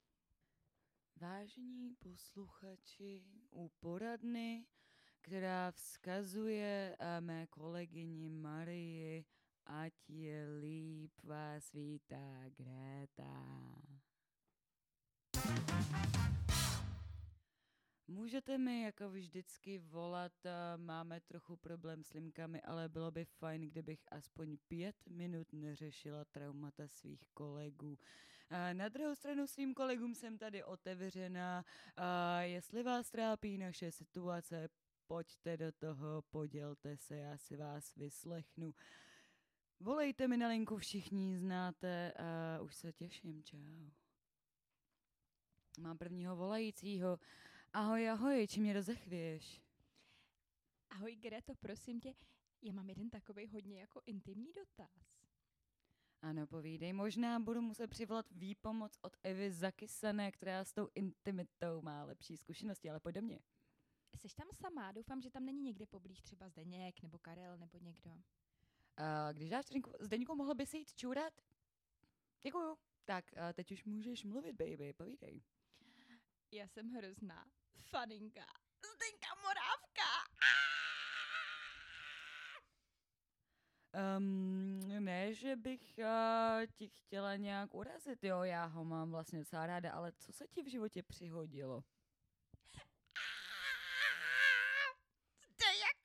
Vážení posluchači, u poradny, která vzkazuje mé kolegyni Marii, ať je líp, vás vítá Gréta. Můžete mi jako vždycky volat, máme trochu problém s linkami, ale bylo by fajn, kdybych aspoň 5 minut neřešila traumata svých kolegů. Na druhou stranu svým kolegům jsem tady otevřená. Jestli vás trápí naše situace, pojďte do toho, podělte se, já si vás vyslechnu. Volejte mi na linku, všichni znáte a už se těším, čau. Mám prvního volajícího. Ahoj, ahoj, čím mě rozechvěješ? Ahoj Greto, prosím tě, já mám jeden takovej hodně jako intimní dotaz. Ano, povídej, možná budu muset přivolat výpomoc od Evy Zakysané, která s tou intimitou má lepší zkušenosti, ale pojď do mě. Seš tam sama? Doufám, že tam není někde poblíž třeba Zdeněk nebo Karel nebo někdo. Když dáš Zdeňku, mohl by si jít čůrat? Děkuju. Tak, teď už můžeš mluvit, baby, povídej. Já jsem hrozná faninka Zdeňka Morávka. ne, že bych ti chtěla nějak urazit, jo, já ho mám vlastně docela ráda, ale co se ti v životě přihodilo? Zdeněk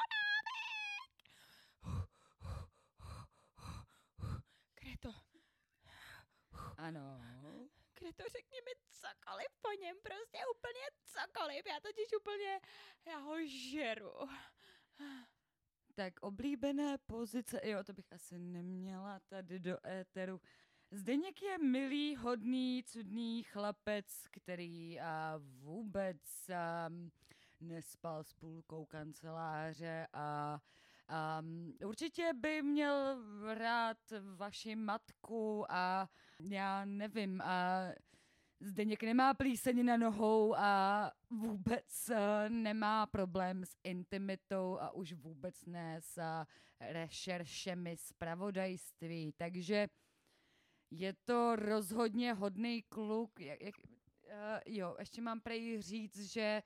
Morávek! Kreto, Ano. Kreto, řekni mi cokoliv po něm, prostě úplně cokoliv, já ho žeru. Tak oblíbené pozice, jo, to bych asi neměla tady do éteru. Zdeněk je milý, hodný, cudný chlapec, který vůbec nespal s půlkou kanceláře a určitě by měl rád vaši matku a já nevím, Zdeněk nemá plíseň na nohou a vůbec nemá problém s intimitou a už vůbec ne s rešeršemi zpravodajství, takže je to rozhodně hodný kluk. Jo, ještě mám prej říct, že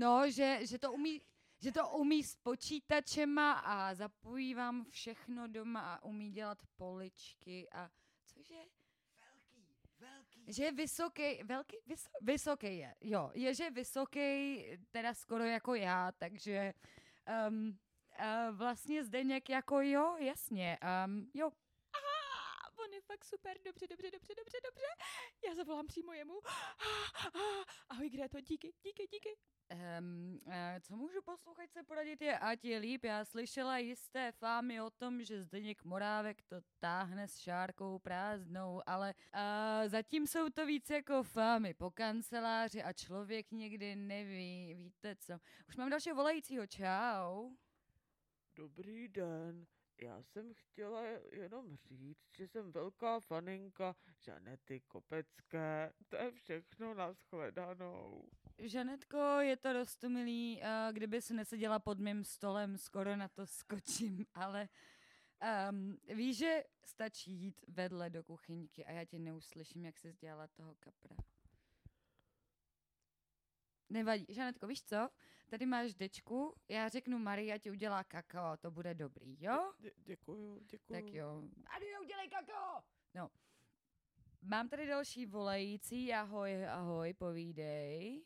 to umí s počítačema a zapojí vám všechno doma a umí dělat poličky a cože? Že je vysoký je, jo, je vysoký, teda skoro jako já, takže vlastně Zdeněk jako jo, jasně, jo. On je fakt super, dobře. Já zavolám přímo jemu. Ahoj Greto, díky. Co můžu posluchačce poradit je, ať je líp. Já slyšela jisté fámy o tom, že Zdeněk Morávek to táhne s šárkou prázdnou, ale zatím jsou to víc jako fámy po kanceláři a člověk někdy neví. Víte co? Už mám dalšího volajícího, čau. Dobrý den. Já jsem chtěla jenom říct, že jsem velká faninka Žanety Kopecké. To je všechno, nashledanou. Žanetko, je to roztomilý, kdyby se neseděla pod mým stolem, skoro na to skočím, ale víš, že stačí jít vedle do kuchyňky a já tě neuslyším, jak jsi dělala toho kapra. Nevadí. Žanetko, víš co? Tady máš dečku, já řeknu Marii, ať ti udělá kakao, to bude dobrý, jo? Děkuju. Tak jo. Ady, udělej kakao! No. Mám tady další volající, ahoj, povídej.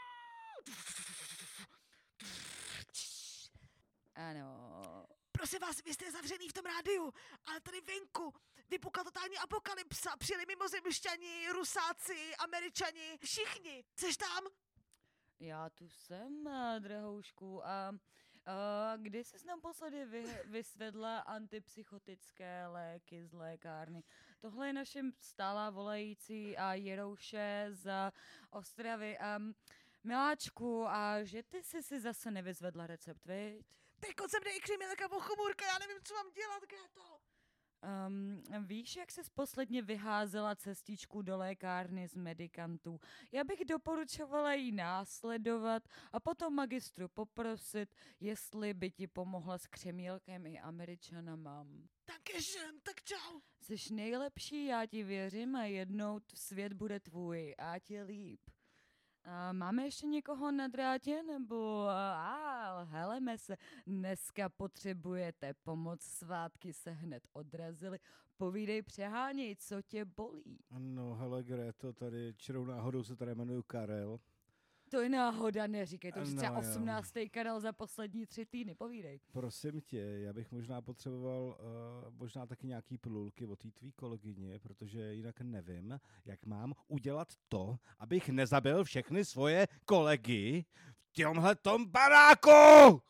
Ano. Prosím vás, vy jste zavřený v tom rádiu, ale tady venku vypukla totální apokalypsa, přijeli mimozemšťani, Rusáci, Američani, všichni. Jseš tam? Já tu jsem, drahoušku, a kdy jsi nám posledy vysvedla antipsychotické léky z lékárny? Tohle je naše stálá volající a Jerouše z Ostravy. Miláčku, a že ty jsi si zase nevyzvedla recept, viď? Teďko jsem nejkřimělka bochomůrka, já nevím, co mám dělat, Greto. Víš, jak ses posledně vyházela cestičku do lékárny z medikantů? Já bych doporučovala jí následovat a potom magistru poprosit, jestli by ti pomohla s křemílkem i Američanama. Dankeschön, tak čau. Jsi nejlepší, já ti věřím a jednou svět bude tvůj, ať je líp. Máme ještě někoho na drátě, nebo heleme se, dneska potřebujete pomoc, svátky se hned odrazily, povídej, přeháněj, co tě bolí. No hele Greto, tady čirou náhodou se tady jmenuji Karel. To je náhoda, neříkej, to už No, třeba jo. 18. Karel za poslední 3 týdny, povídej. Prosím tě, já bych možná potřeboval možná taky nějaký pilulky od té tvý kolegyně, protože jinak nevím, jak mám udělat to, abych nezabil všechny svoje kolegy v tomhletom baráku!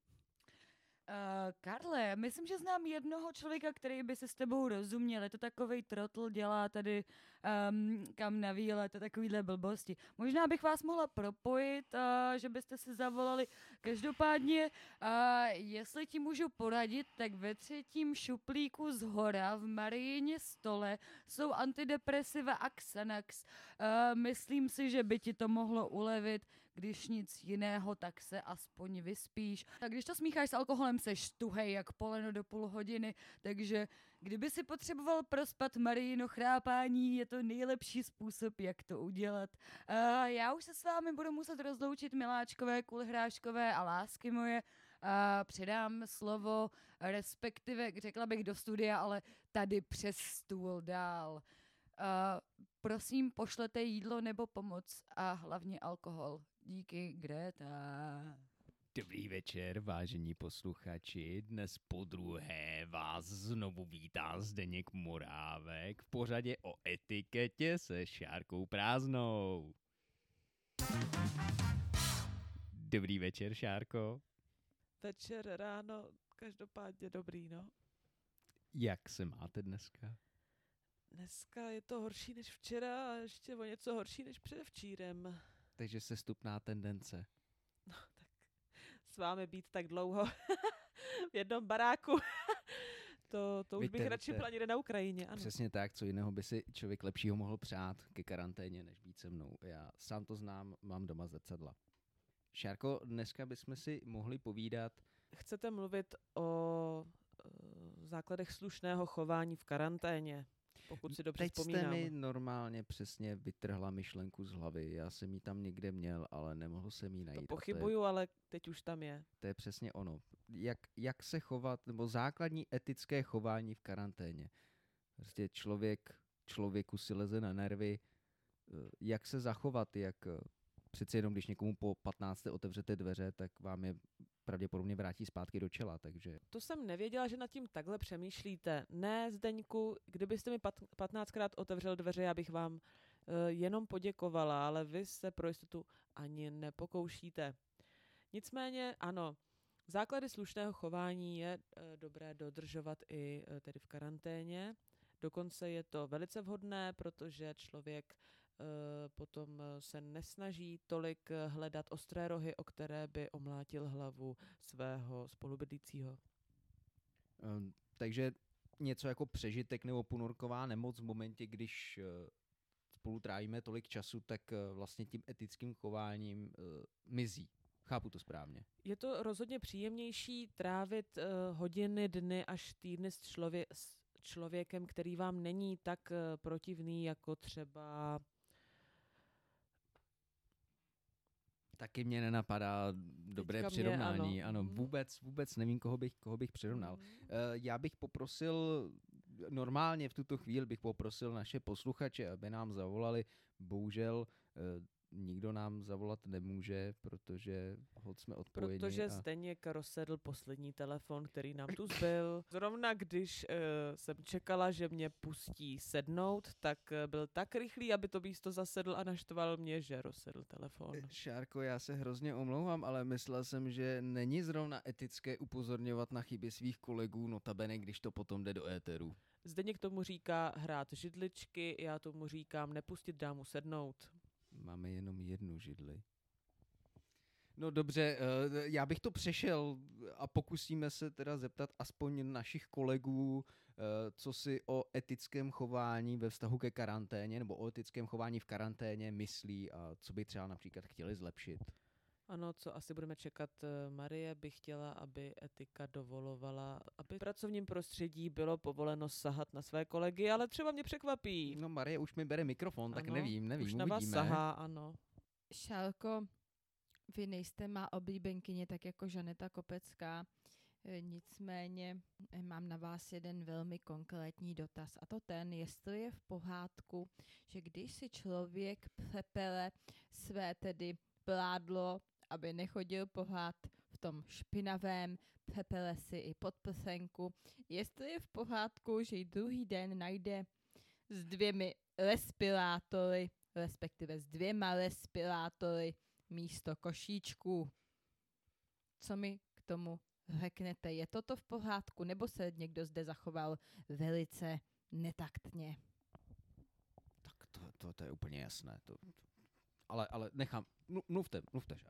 Karle, myslím, že znám jednoho člověka, který by se s tebou rozuměl. Je to takovej trotl, dělá tady kam na výlet a takovýhle blbosti. Možná bych vás mohla propojit, že byste si zavolali. Každopádně, jestli ti můžu poradit, tak ve 3. šuplíku zhora v Marijině stole jsou antidepresiva a Xanax. Myslím si, že by ti to mohlo ulevit. Když nic jiného, tak se aspoň vyspíš. A když to smícháš s alkoholem, seš tuhej jak poleno do půl hodiny, takže kdyby si potřeboval prospat Marijino chrápání, je to nejlepší způsob, jak to udělat. Já už se s vámi budu muset rozloučit, miláčkové, kulhráškové a lásky moje. a předám slovo, respektive řekla bych do studia, ale tady přes stůl dál. Prosím, pošlete jídlo nebo pomoc a hlavně alkohol. Díky, Greta. Dobrý večer, vážení posluchači. Dnes podruhé vás znovu vítá Zdeněk Morávek v pořadě o etiketě se Šárkou Prázdnou. Dobrý večer, Šárko. Večer, ráno, každopádně dobrý, no. Jak se máte dneska? Dneska je to horší než včera a ještě o něco horší než předevčírem. Takže sestupná tendence. No, tak s vámi být tak dlouho v jednom baráku. To už bych radši byla někde na Ukrajině, ano. Přesně tak, co jiného by si člověk lepšího mohl přát ke karanténě, než být se mnou. Já sám to znám, mám doma zrcadla. Šárko, dneska bychom si mohli povídat. Chcete mluvit o základech slušného chování v karanténě, pokud si dobře Teď vzpomínám. jste mi normálně přesně vytrhla myšlenku z hlavy. Já jsem ji tam někde měl, ale nemohl jsem ji najít. To pochybuju, ale teď už tam je. To je přesně ono. Jak se chovat, nebo základní etické chování v karanténě. Prostě člověku si leze na nervy, jak se zachovat, přeci jenom, když někomu po 15. otevřete dveře, tak vám je pravděpodobně vrátí zpátky do čela, takže... To jsem nevěděla, že nad tím takhle přemýšlíte. Ne, Zdeňku, kdybyste mi 15krát otevřel dveře, já bych vám jenom poděkovala, ale vy se pro jistotu ani nepokoušíte. Nicméně, ano, základy slušného chování je dobré dodržovat i tedy v karanténě. Dokonce je to velice vhodné, protože člověk potom se nesnaží tolik hledat ostré rohy, o které by omlátil hlavu svého spolubydlícího. Takže něco jako přežitek nebo ponorková nemoc v momentě, když spolu trávíme tolik času, tak vlastně tím etickým chováním mizí. Chápu to správně. Je to rozhodně příjemnější trávit hodiny, dny až týdny s člověkem, který vám není tak protivný, jako třeba... Taky mě nenapadá dobré Teďka přirovnání. mě, Ano, vůbec nevím, koho bych přirovnal. Já bych poprosil, normálně v tuto chvíli bych poprosil naše posluchače, aby nám zavolali. Bohužel nikdo nám zavolat nemůže, protože hod jsme odpojeni. Protože Zdeněk rozsedl poslední telefon, který nám tu zbyl. Zrovna když jsem čekala, že mě pustí sednout, tak byl tak rychlý, aby to místo zasedl a naštval mě, že rozsedl telefon. Šárko, já se hrozně omlouvám, ale myslel jsem, že není zrovna etické upozorňovat na chyby svých kolegů, notabene, když to potom jde do éteru. Zdeněk tomu říká hrát židličky, já tomu říkám nepustit dámu sednout. Máme jenom jednu židli. No dobře, já bych to přešel a pokusíme se teda zeptat aspoň našich kolegů, co si o etickém chování ve vztahu ke karanténě nebo o etickém chování v karanténě myslí a co by třeba například chtěli zlepšit. Ano, co asi budeme čekat. Marie by chtěla, aby etika dovolovala, aby v pracovním prostředí bylo povoleno sahat na své kolegy, ale třeba mě překvapí. No Marie už mi bere mikrofon, tak Ano, nevím, už uvidíme. na vás sahá, ano. Šálko, vy nejste má oblíbenkyně tak jako Žaneta Kopecká, nicméně mám na vás jeden velmi konkrétní dotaz a to ten, jestli je v pohádku, že když si člověk přepele své tedy pládlo, aby nechodil pohát v tom špinavém, přepele si i podprsenku, jestli je v pohádku, že druhý den najde s 2 respirátory, respektive s 2 respirátory místo košíčků. Co mi k tomu řeknete? Je toto v pohádku, nebo se někdo zde zachoval velice netaktně? Tak to je úplně jasné. Ale nechám, mluvte.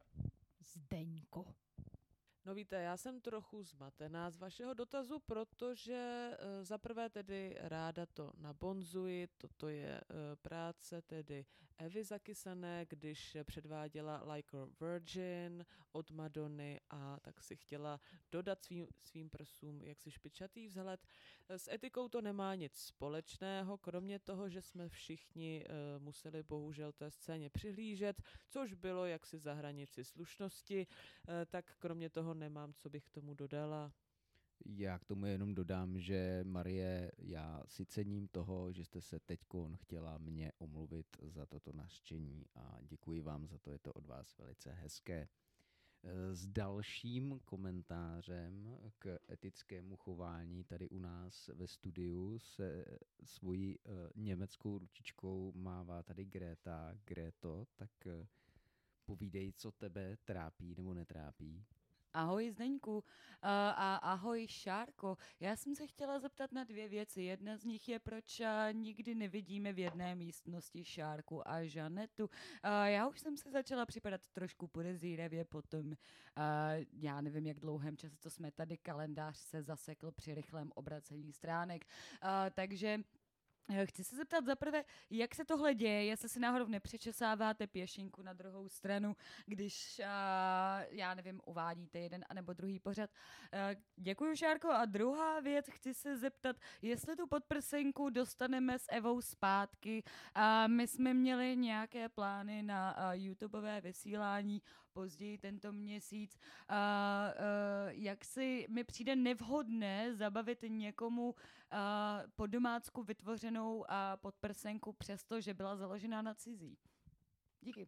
Zdeňku. No víte, já jsem trochu zmatená z vašeho dotazu, protože zaprvé tedy ráda to nabonzuji, toto je práce tedy Evy Zakysané, když předváděla Like a Virgin od Madony a tak si chtěla dodat svým prsům jaksi špičatý vzhled. S etikou to nemá nic společného, kromě toho, že jsme všichni museli bohužel té scéně přihlížet, což bylo jaksi za hranici slušnosti, tak kromě toho toho nemám, co bych k tomu dodala. Já k tomu jenom dodám, že Marie, já si cením toho, že jste se teďkon chtěla mě omluvit za toto nařčení a děkuji vám za to, je to od vás velice hezké. S dalším komentářem k etickému chování tady u nás ve studiu se svojí německou ručičkou mává tady Greta. Greto, tak povídej, co tebe trápí nebo netrápí. Ahoj Zdeňku a ahoj Šárko. Já jsem se chtěla zeptat na 2 věci. Jedna z nich je, proč nikdy nevidíme v jedné místnosti Šárku a Žanetu. Já už jsem se začala připadat trošku podezíravě potom, já nevím, jak dlouhém čase, co jsme tady, kalendář se zasekl při rychlém obracení stránek. Takže chci se zeptat zaprvé, jak se tohle děje, jestli si náhodou nepřečesáváte pěšinku na druhou stranu, když, já nevím, uvádíte jeden anebo druhý pořad. Děkuju, Šárko. A druhá věc, chci se zeptat, jestli tu podprsenku dostaneme s Evou zpátky. My jsme měli nějaké plány na YouTubeové vysílání později tento měsíc. Jak si mi přijde nevhodné zabavit někomu po domácku vytvořenou podprsenku, přesto, že byla založená na cizí. Díky.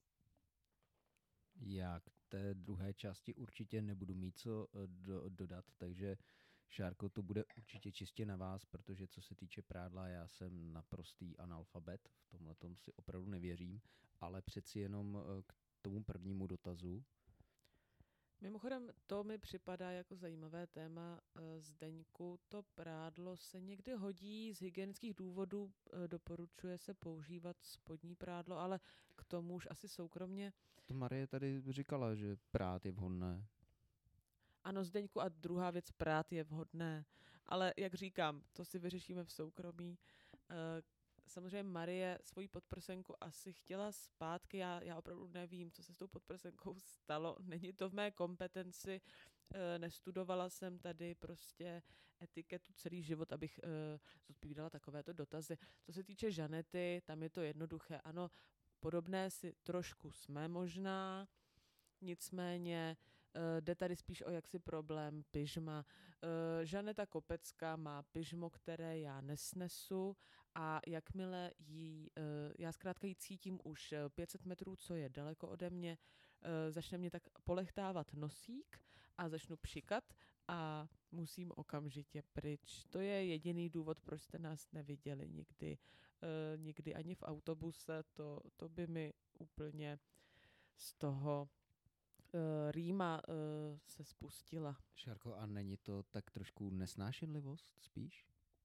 Já k té druhé části určitě nebudu mít co dodat, takže Šárko, to bude určitě čistě na vás, protože co se týče prádla, já jsem naprostý analfabet, v tomhletom si opravdu nevěřím, ale přeci jenom k tomu prvnímu dotazu. Mimochodem, to mi připadá jako zajímavé téma. Zdeňku, to prádlo se někdy hodí z hygienických důvodů, doporučuje se používat spodní prádlo, ale k tomu už asi soukromně. To Marie tady říkala, že prát je vhodné. Ano, Zdeňku, a druhá věc, prát je vhodné, ale jak říkám, to si vyřešíme v soukromí. Samozřejmě Marie svoji podprsenku asi chtěla zpátky, já opravdu nevím, co se s tou podprsenkou stalo, není to v mé kompetenci, nestudovala jsem tady prostě etiketu celý život, abych zodpovídala takovéto dotazy. Co se týče Žanety, tam je to jednoduché, ano, podobné si trošku jsme možná, nicméně jde tady spíš o jaksi problém pyžma. Žaneta Kopecká má pyžmo, které já nesnesu a jakmile já zkrátka ji cítím už 500 metrů, co je daleko ode mě, začne mě tak polechtávat nosík a začnu pšikat a musím okamžitě pryč. To je jediný důvod, proč jste nás neviděli nikdy ani v autobuse, to by mi úplně z toho rýma se spustila. Šárko, a není to tak trošku nesnášenlivost spíš?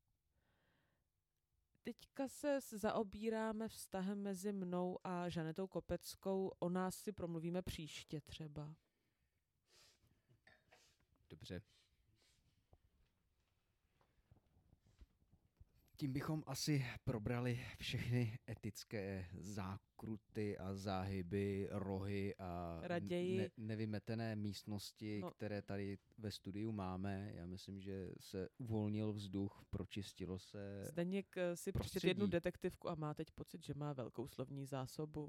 Teďka se zaobíráme vztahem mezi mnou a Žanetou Kopeckou. O nás si promluvíme příště třeba. Dobře. Tím bychom asi probrali všechny etické zákruty a záhyby, rohy a nevymetené místnosti, které tady ve studiu máme. Já myslím, že se uvolnil vzduch, pročistilo se. Zdeněk si přečet jednu detektivku a má teď pocit, že má velkou slovní zásobu.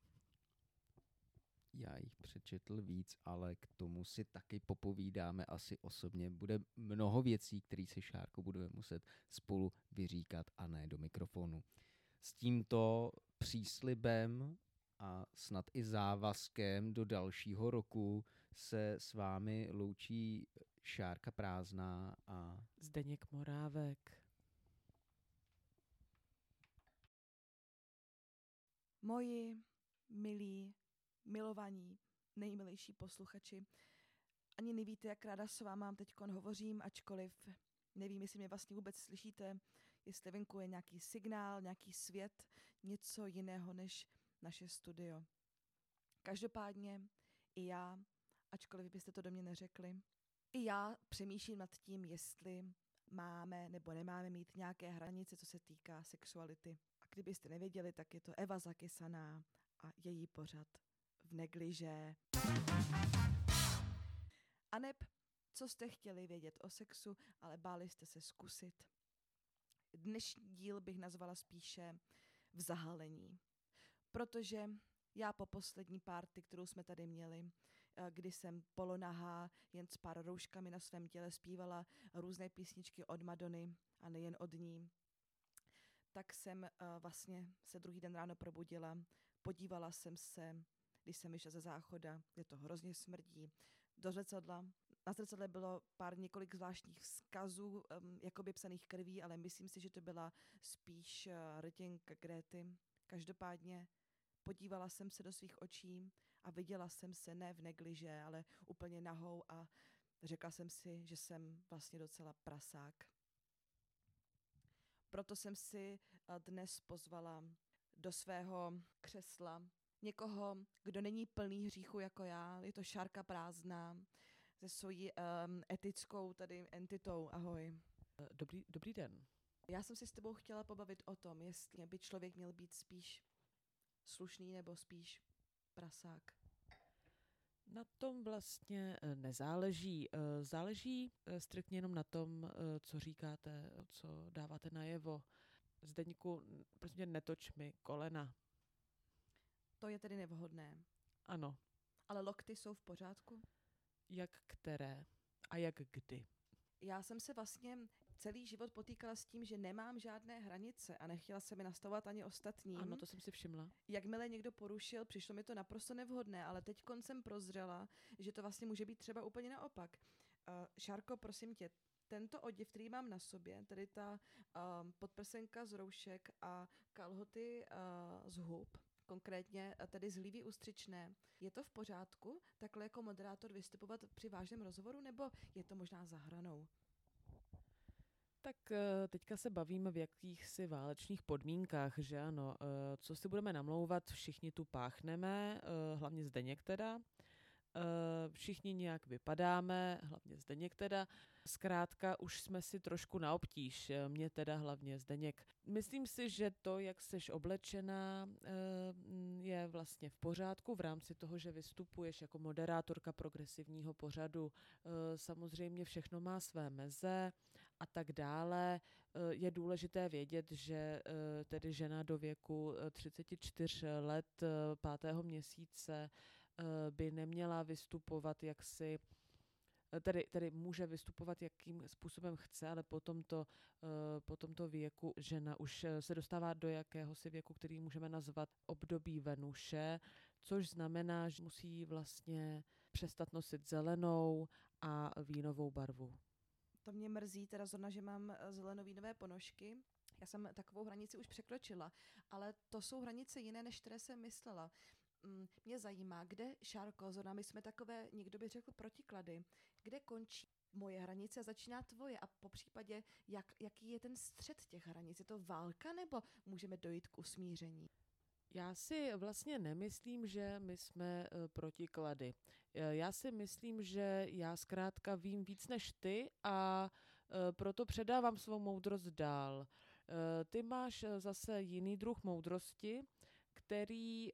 Já jich přečetl víc, ale k tomu si taky popovídáme asi osobně. Bude mnoho věcí, které si, Šárko, budeme muset spolu vyříkat a ne do mikrofonu. S tímto příslibem a snad i závazkem do dalšího roku se s vámi loučí Šárka Prázdná a Zdeněk Morávek. Moji milí, milovaní, nejmilejší posluchači, ani nevíte, jak ráda s váma teďkon hovořím, ačkoliv nevím, jestli mě vlastně vůbec slyšíte, jestli venku je nějaký signál, nějaký svět, něco jiného než naše studio. Každopádně i já, ačkoliv byste to do mě neřekli, i já přemýšlím nad tím, jestli máme nebo nemáme mít nějaké hranice, co se týká sexuality. A kdybyste nevěděli, tak je to Eva Zakysaná a její pořad v negliže. Aneb, co jste chtěli vědět o sexu, ale báli jste se zkusit. Dnešní díl bych nazvala spíše v zahalení. Protože já po poslední party, kterou jsme tady měli, kdy jsem polonahá, jen s pár rouškami na svém těle zpívala různé písničky od Madony a nejen od ní. Tak jsem vlastně se druhý den ráno probudila, podívala jsem se, když jsem vyšla ze záchoda, kde to hrozně smrdí, do zrcadla. Na zrcadle bylo několik zvláštních vzkazů, jakoby psaných krví, ale myslím si, že to byla spíš rtěnka Gréty. Každopádně podívala jsem se do svých očí a viděla jsem se ne v negliže, ale úplně nahou a řekla jsem si, že jsem vlastně docela prasák. Proto jsem si dnes pozvala do svého křesla někoho, kdo není plný hříchu jako já. Je to Šárka Prázdná se svojí etickou tady entitou. Ahoj. Dobrý den. Já jsem si s tebou chtěla pobavit o tom, jestli by člověk měl být spíš slušný nebo spíš prasák. Na tom vlastně nezáleží. Záleží striktně jenom na tom, co říkáte, co dáváte najevo. Zdeňku, prostě netoč mi kolena. To je tedy nevhodné. Ano. Ale lokty jsou v pořádku? Jak které a jak kdy? Já jsem se vlastně celý život potýkala s tím, že nemám žádné hranice a nechtěla se mi nastavovat ani ostatním. Ano, to jsem si všimla. Jakmile někdo porušil, přišlo mi to naprosto nevhodné, ale teď jsem prozřela, že to vlastně může být třeba úplně naopak. Šárko, prosím tě, tento oděv, který mám na sobě, tedy ta podprsenka z roušek a kalhoty z hub, konkrétně tedy z hlívy ústřičné, je to v pořádku takhle jako moderátor vystupovat při vážném rozhovoru, nebo je to možná za hranou? Tak teďka se bavíme v jakýchsi válečných podmínkách, že ano. Co si budeme namlouvat, všichni tu páchneme, hlavně Zdeněk teda. Všichni nějak vypadáme, hlavně Zdeněk teda. Zkrátka už jsme si trošku na obtíž, mě teda hlavně Zdeněk. Myslím si, že to, jak seš oblečená, je vlastně v pořádku v rámci toho, že vystupuješ jako moderátorka progresivního pořadu. Samozřejmě všechno má své meze a tak dále. Je důležité vědět, že tedy žena do věku 34 let 5. měsíce by neměla vystupovat jaksi, tedy může vystupovat, jakým způsobem chce, ale po tomto věku žena už se dostává do jakéhosi věku, který můžeme nazvat období Venuše, což znamená, že musí vlastně přestat nosit zelenou a vínovou barvu. To mě mrzí, teda zrovna, že mám zelenovínové ponožky. Já jsem takovou hranici už překročila, ale to jsou hranice jiné, než které jsem myslela. Mě zajímá, kde, Šárko, zrovna my jsme takové, někdo by řekl, protiklady, kde končí moje hranice a začíná tvoje a po případě, jaký je ten střed těch hranic? Je to válka nebo můžeme dojít k usmíření? Já si vlastně nemyslím, že my jsme protiklady. Já si myslím, že já zkrátka vím víc než ty a proto předávám svou moudrost dál. Ty máš zase jiný druh moudrosti, který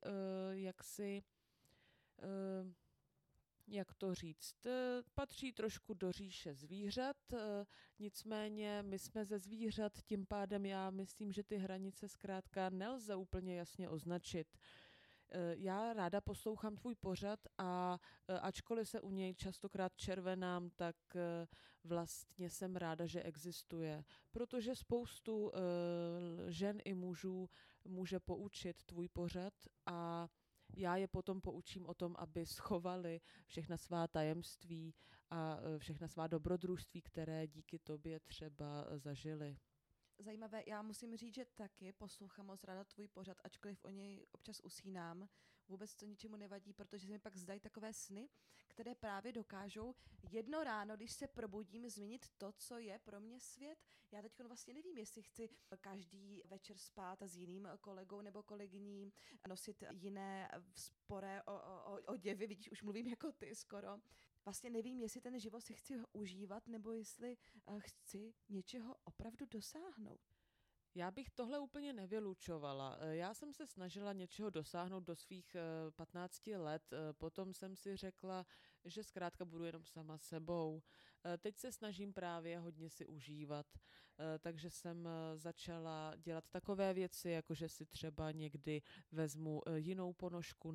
jak to říct, patří trošku do říše zvířat, nicméně my jsme ze zvířat, tím pádem já myslím, že ty hranice zkrátka nelze úplně jasně označit. Já ráda poslouchám tvůj pořad a ačkoliv se u něj častokrát červenám, tak vlastně jsem ráda, že existuje, protože spoustu žen i mužů může poučit tvůj pořad a já je potom poučím o tom, aby schovali všechna svá tajemství a všechna svá dobrodružství, které díky tobě třeba zažili. Zajímavé, já musím říct, že taky poslouchám moc ráda tvůj pořad, ačkoliv o něj občas usínám. Vůbec to ničemu nevadí, protože se mi pak zdají takové sny, které právě dokážou jedno ráno, když se probudím, změnit to, co je pro mě svět. Já teď vlastně nevím, jestli chci každý večer spát s jiným kolegou nebo kolegyní, nosit jiné sporé oděvy, vidíš, už mluvím jako ty skoro. Vlastně nevím, jestli ten život si chci užívat, nebo jestli chci něčeho opravdu dosáhnout. Já bych tohle úplně nevylučovala. Já jsem se snažila něčeho dosáhnout do svých 15 let, potom jsem si řekla, že zkrátka budu jenom sama sebou. Teď se snažím právě hodně si užívat, takže jsem začala dělat takové věci, jako že si třeba někdy vezmu jinou ponožku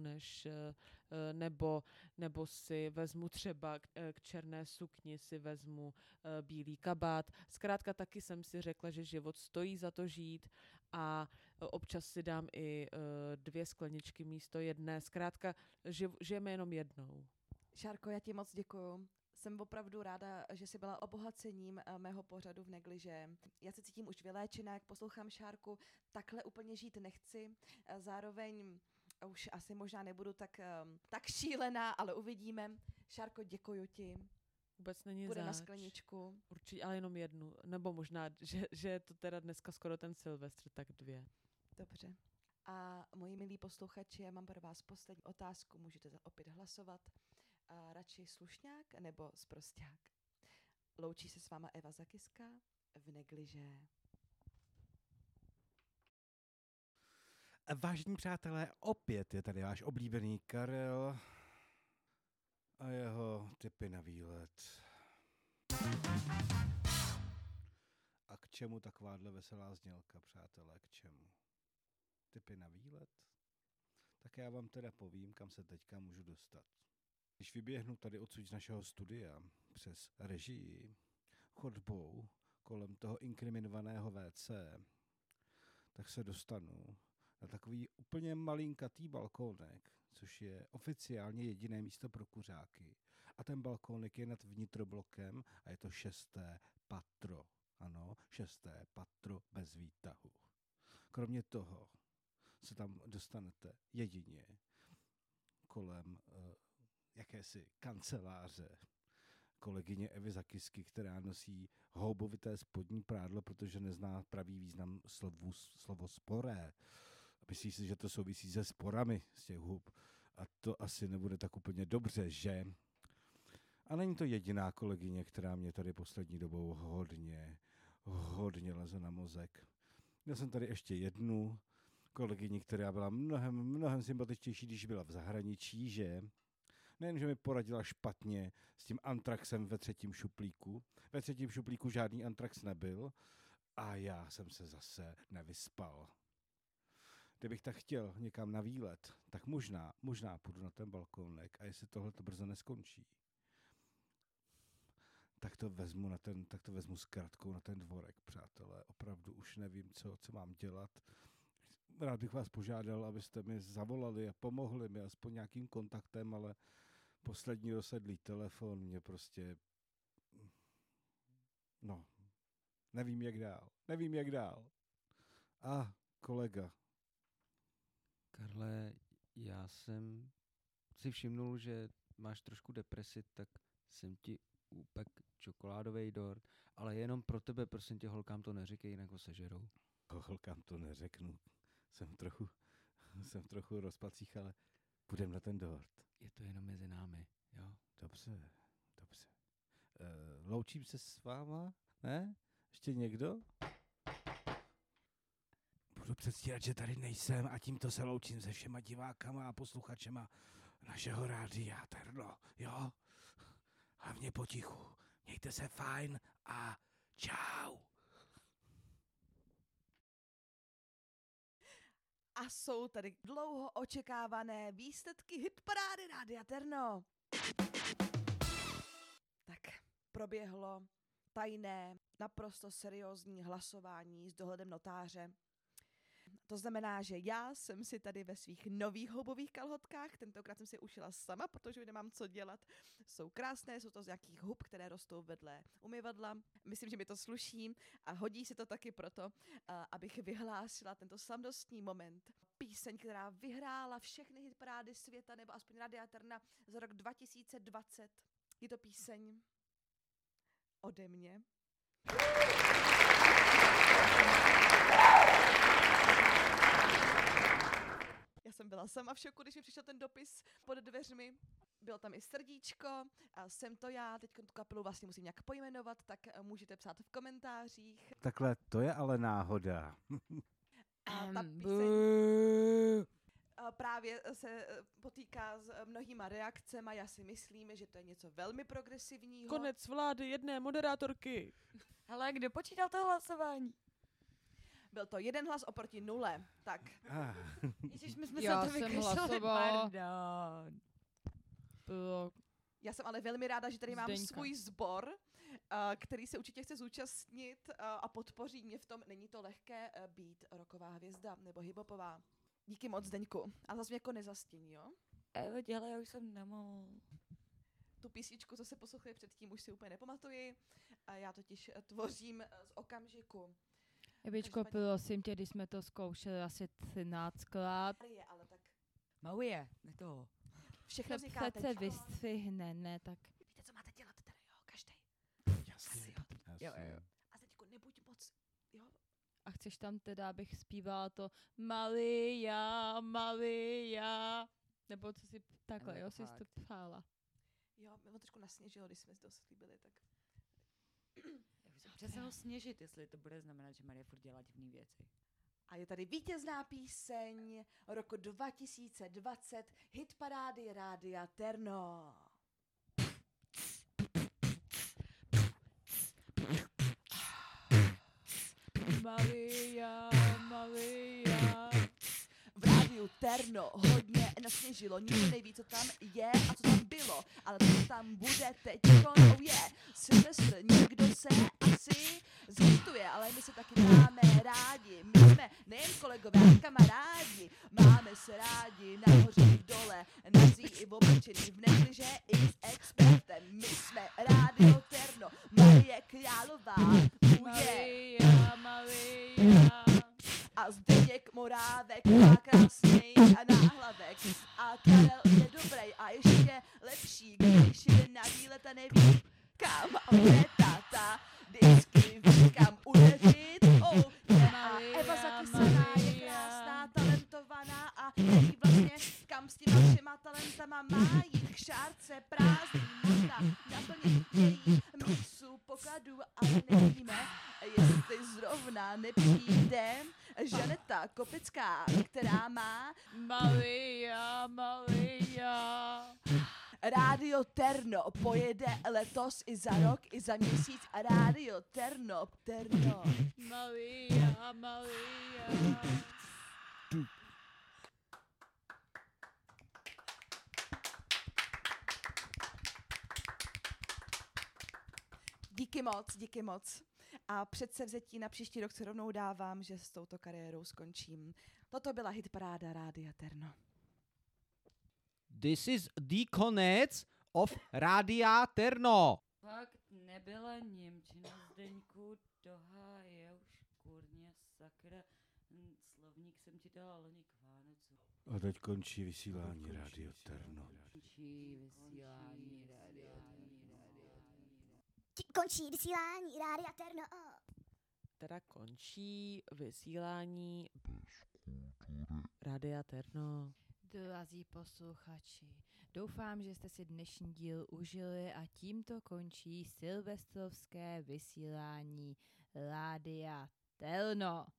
nebo si vezmu třeba k černé sukni si vezmu bílý kabát. Zkrátka taky jsem si řekla, že život stojí za to žít a občas si dám i 2 skleničky místo jedné. Zkrátka žijeme jenom jednou. Šárko, já ti moc děkuju. Jsem opravdu ráda, že jsi byla obohacením mého pořadu v Negliže. Já se cítím už vyléčená, jak poslouchám Šárku. Takhle úplně žít nechci. Zároveň už asi možná nebudu tak šílená, ale uvidíme. Šárko, děkuju ti. Vůbec není Bude zač. na skleničku. Určitě, ale jenom jednu. Nebo možná, že je to teda dneska skoro ten Silvestr, tak 2. Dobře. A moji milí posluchači, já mám pro vás poslední otázku. Můžete opět hlasovat. A radši slušňák nebo sprosťák? Loučí se s váma Eva Zakiska v Negliže. Vážení přátelé, opět je tady váš oblíbený Karel a jeho tipy na výlet. A k čemu takováhle veselá znělka, přátelé, k čemu? Tipy na výlet? Tak já vám teda povím, kam se teďka můžu dostat. Když vyběhnu tady odsud z našeho studia přes režii, chodbou kolem toho inkriminovaného WC, tak se dostanu na takový úplně malinkatý balkónek, což je oficiálně jediné místo pro kuřáky. A ten balkónek je nad vnitroblokem a je to 6. patro. Ano, 6. patro bez výtahu. Kromě toho se tam dostanete jedině kolem jakési kanceláře kolegyně Evy Zakisky, která nosí houbovité spodní prádlo, protože nezná pravý význam slovo sporé. Myslí si, že to souvisí se sporami z těch hub. A to asi nebude tak úplně dobře, že? A není to jediná kolegyně, která mě tady poslední dobou hodně leze na mozek. Měl jsem tady ještě jednu kolegyni, která byla mnohem sympatičtější, když byla v zahraničí, že? Nejenže mi poradila špatně s tím antraxem ve 3. šuplíku. Ve 3. šuplíku žádný antrax nebyl a já jsem se zase nevyspal. Kdybych tak chtěl někam na výlet, tak možná půjdu na ten balkónek a jestli tohle to brzo neskončí, tak to vezmu s kratkou na ten dvorek, přátelé. Opravdu už nevím, co mám dělat. Rád bych vás požádal, abyste mi zavolali a pomohli mi aspoň nějakým kontaktem, ale poslední rozsedlý telefon mě prostě... No, nevím jak dál. A kolega. Karle, já jsem si všimnul, že máš trošku depresi, tak jsem ti upek čokoládový dort, ale jenom pro tebe, prosím tě, holkám to neříkej, jinak ho sežerou. Holkám to neřeknu. Jsem trochu rozpacích, ale půjdem na ten dort. Je to jenom mezi námi, jo? Dobře. Loučím se s váma? Ne? Ještě někdo? Budu předstírat, že tady nejsem a tímto se loučím se všema divákama a posluchačema našeho rádia Terno, jo? Hlavně potichu. Mějte se fajn a čau. A jsou tady dlouho očekávané výsledky hitparády Rádia Terno. Tak proběhlo tajné, naprosto seriózní hlasování s dohledem notáře. To znamená, že já jsem si tady ve svých nových houbových kalhotkách, tentokrát jsem si je ušila sama, protože nemám co dělat. Jsou krásné, jsou to z nějakých hub, které rostou vedle umyvadla. Myslím, že mi to sluší a hodí se to taky proto, abych vyhlásila tento slavnostní moment. Píseň, která vyhrála všechny hitparády světa, nebo aspoň Rádia Terna za rok 2020. Je to píseň ode mě. Já jsem byla sama v šoku, když mi přišel ten dopis pod dveřmi. Bylo tam i srdíčko a jsem to já. Teď tu kapelu vlastně musím nějak pojmenovat, tak můžete psát v komentářích. Takhle, to je ale náhoda. A ta píseň právě se potýká s mnohýma reakcemi. Já si myslím, že to je něco velmi progresivního. Konec vlády jedné moderátorky. Hele, kdo počítal to hlasování? Byl to 1 hlas oproti 0. Tak. Ježiš, my jsme Já se to jsem vykašlali, hlasovala. pardon. Bylo Já jsem ale velmi ráda, že tady mám Zdeňka. svůj sbor, který se určitě chce zúčastnit a podpoří mě v tom. Není to lehké být rocková hvězda nebo hiphopová. Díky moc, Zdeňku. A zase mě jako nezastíní, jo? Evo, dělej, já už jsem nemohl. Tu písničku, co se poslouchali předtím, už si úplně nepamatuji. A já totiž tvořím z okamžiku. Evičko, prosím tě, když jsme to zkoušeli asi 13krát, Je, ale tak Mauje, ne toho. všechno vzniká přece teď. vystřihne, ne, tak Víte, co máte dělat teda, jo? Každý. Jasně. Jo. A Zdeňku, nebuď moc, jo? a chceš tam teda, abych zpívala to Malia, Malia, nebo co si takhle, Ale jo, jsi fakt. to psála. Jo, mě trošku nasněžilo, když jsme to slíbili, tak... Já už jsem přestal sněžit, jestli to bude znamenat, že Marie furt dělá divný věci. A je tady vítězná píseň roku 2020, hitparády Rádia Terno. Malia, Malia. V rádiu Terno hodně nasněžilo, nikdo neví, co tam je a co tam bylo, ale to, co tam bude teďko, oh yeah. Silvestr, někdo se asi zhituje, ale my se taky máme rádi. My jsme nejen kolegové, ale kamarádi. Máme se rádi nahoře i dole, nazí i oblečený v negliže i s expertem. My jsme rádio Terno, Marie Králová, Maria, Maria. a Zdeněk Morávek má krásnej náhlavek a Karel je dobrý a ještě lepší, když jde na výlet a neví kam bude táta, vždycky ví kam udeřit, oh yeah. A Eva Zakysaná je krásná, talentovaná a neví vlastně kam s těma všema talentama má jít k šárce prázdný, možná naplnit její mísu pokladů, ale nevíme, jestli zrovna nepřijde Žaneta Kopická, která má Maria, Maria. Rádio Terno pojede letos i za rok, i za měsíc a Rádio Terno, Terno. Maria, Maria. Díky moc, díky moc. A předsevzetí na příští rok se rovnou dávám, že s touto kariérou skončím. Toto byla hitparáda Rádia Terno. This is the konec of Rádia Terno. Fakt nebyla němčina, Zdeňku, toha je už kurně sakra. Slovník jsem ti dala loni k Vánocu. A teď končí vysílání Rádio Terno. Končí vysílání rádia. Končí vysílání Rádia Terno. Teda končí vysílání Rádia Terno. Drazí posluchači, doufám, že jste si dnešní díl užili a tímto končí silvestrovské vysílání Rádia Terno.